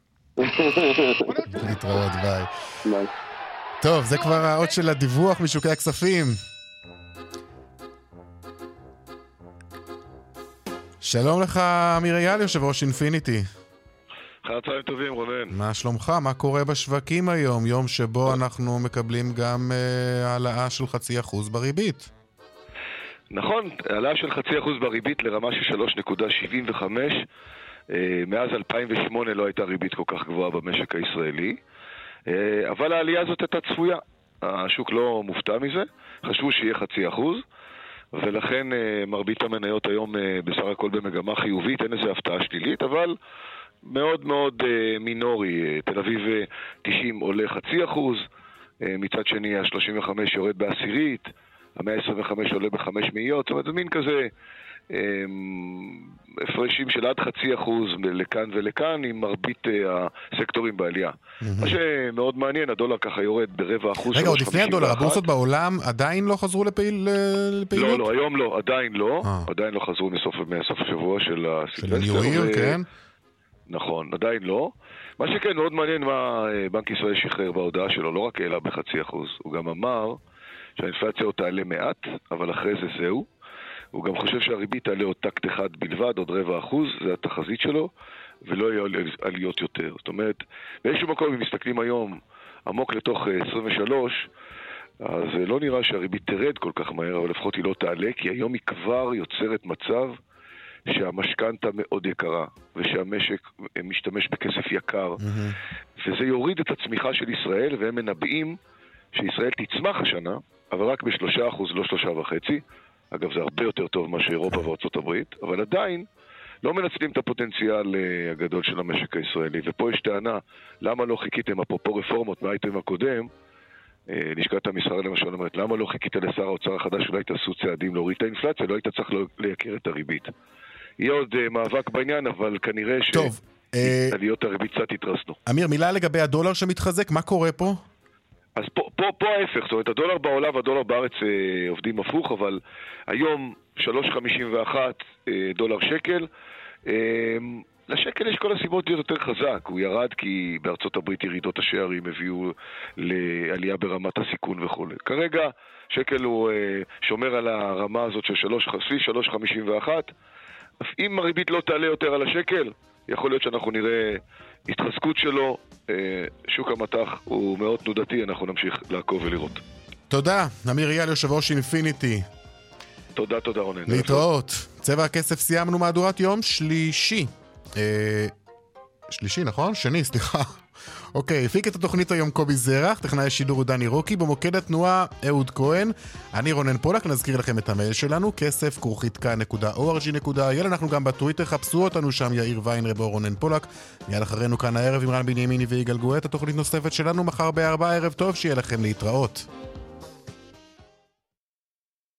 Speaker 3: להתראות, ביי.
Speaker 19: ביי.
Speaker 3: טוב, זה כבר האות של הדיווח משוקי הכספים. שלום לך, אמיר אייל, יושב ראש אינפיניטי.
Speaker 20: אחר צהריים טובים, רונן.
Speaker 3: מה שלומך? מה קורה בשווקים היום? יום שבו אנחנו מקבלים גם העלאה uh, של חצי אחוז בריבית.
Speaker 20: נכון, העלאה של חצי אחוז בריבית לרמה של שלוש נקודה שבעים וחמש. Uh, מאז אלפיים ושמונה לא הייתה ריבית כל כך גבוהה במשק הישראלי. Uh, אבל העלייה הזאת הייתה צפויה. השוק לא מופתע מזה. חשבו שיהיה חצי אחוז. ולכן מרבית המניות היום בסך הכל במגמה חיובית, אין איזה הפתעה שלילית, אבל מאוד מאוד מינורי. תל אביב תשעים עולה חצי אחוז, מצד שני ה-שלושים וחמש יורד בעשירית, ה-מאה עשרים וחמש עולה בחמש מאיות, זאת אומרת, זה מין כזה הפרשים של עד חצי אחוז לכאן ולכאן עם מרבית הסקטורים בעלייה. מה שמאוד מעניין, הדולר ככה יורד ברבע אחוז.
Speaker 3: רגע, עוד לפני הדולר, הבורסות בעולם עדיין לא חזרו לפעילות?
Speaker 20: לא, לא, היום לא, עדיין לא. עדיין לא חזרו מסוף השבוע של
Speaker 3: הסילבסטר. של הניו-ייר, כן?
Speaker 20: נכון, עדיין לא. מה שכן, מאוד מעניין מה בנק ישראל שחרר בהודעה שלו, לא רק העלה בחצי אחוז. הוא גם אמר שהאינפלציה עוד תעלה מעט, אבל אחרי זה זהו. הוא גם חושב שהריבית תעלה עוד טקט אחד בלבד, עוד רבע אחוז, זה התחזית שלו, ולא יהיו עליות יותר. זאת אומרת, באיזשהו מקום, אם מסתכלים היום עמוק לתוך עשרים ושלוש, אז לא נראה שהריבית תרד כל כך מהר, אבל לפחות היא לא תעלה, כי היום היא כבר יוצרת מצב שהמשכנתה מאוד יקרה, ושהמשק משתמש בכסף יקר, mm-hmm. וזה יוריד את הצמיחה של ישראל, והם מנבאים שישראל תצמח השנה, אבל רק בשלושה אחוז, לא שלושה וחצי. אגב, זה הרבה יותר טוב מה שאירופה וארצות הברית, אבל עדיין לא מנצלים את הפוטנציאל הגדול של המשק הישראלי. ופה יש טענה, למה לא חיכיתם, אפרופו רפורמות מהאייטם הקודם, לשכת המסחר למשל אומרת, למה לא חיכית לשר האוצר החדש, אולי תעשו צעדים להוריד את האינפלציה, לא היית צריך לייקר את הריבית. יהיה עוד מאבק בעניין, אבל כנראה שעליות הריבית קצת התרסנו.
Speaker 3: אמיר, מילה לגבי הדולר שמתחזק, מה קורה פה?
Speaker 20: אז פה, פה, פה ההפך, זאת אומרת, הדולר בעולם והדולר בארץ אה, עובדים הפוך, אבל היום שלוש נקודה חמישים ואחת אה, דולר שקל, אה, לשקל יש כל הסיבות להיות יותר חזק. הוא ירד כי בארצות הברית ירידות השערים הביאו לעלייה ברמת הסיכון וכו'. כרגע שקל הוא אה, שומר על הרמה הזאת של שלוש נקודה חמישים ואחת. אם הריבית לא תעלה יותר על השקל, יכול להיות שאנחנו נראה התחזקות שלו. שוק המטח הוא מאוד תנודתי, אנחנו נמשיך לעקוב ולראות.
Speaker 3: תודה, אמיר אייל, יושב ראש אינפיניטי.
Speaker 20: תודה, תודה רונן.
Speaker 3: להתראות. צבע הכסף, סיימנו מהדורת יום שלישי. אה, שלישי, נכון? שני, סליחה. אוקיי, הפיק את התוכנית היום קובי זרח, טכנאי השידור הוא דני רוקי, במוקד התנועה אהוד כהן, אני רונן פולק, נזכיר לכם את המייל שלנו, כסף כרוכית כאן נקודה או אר ג'י נקודה איי אל, אנחנו גם בטוויטר, חפשו אותנו שם, יאיר ויינרב או רונן פולק, מיד אחרינו כאן הערב עם רן בנימיני ויגאל גואטה, התוכנית נוספת שלנו מחר בארבע, ערב טוב, שיהיה לכם להתראות.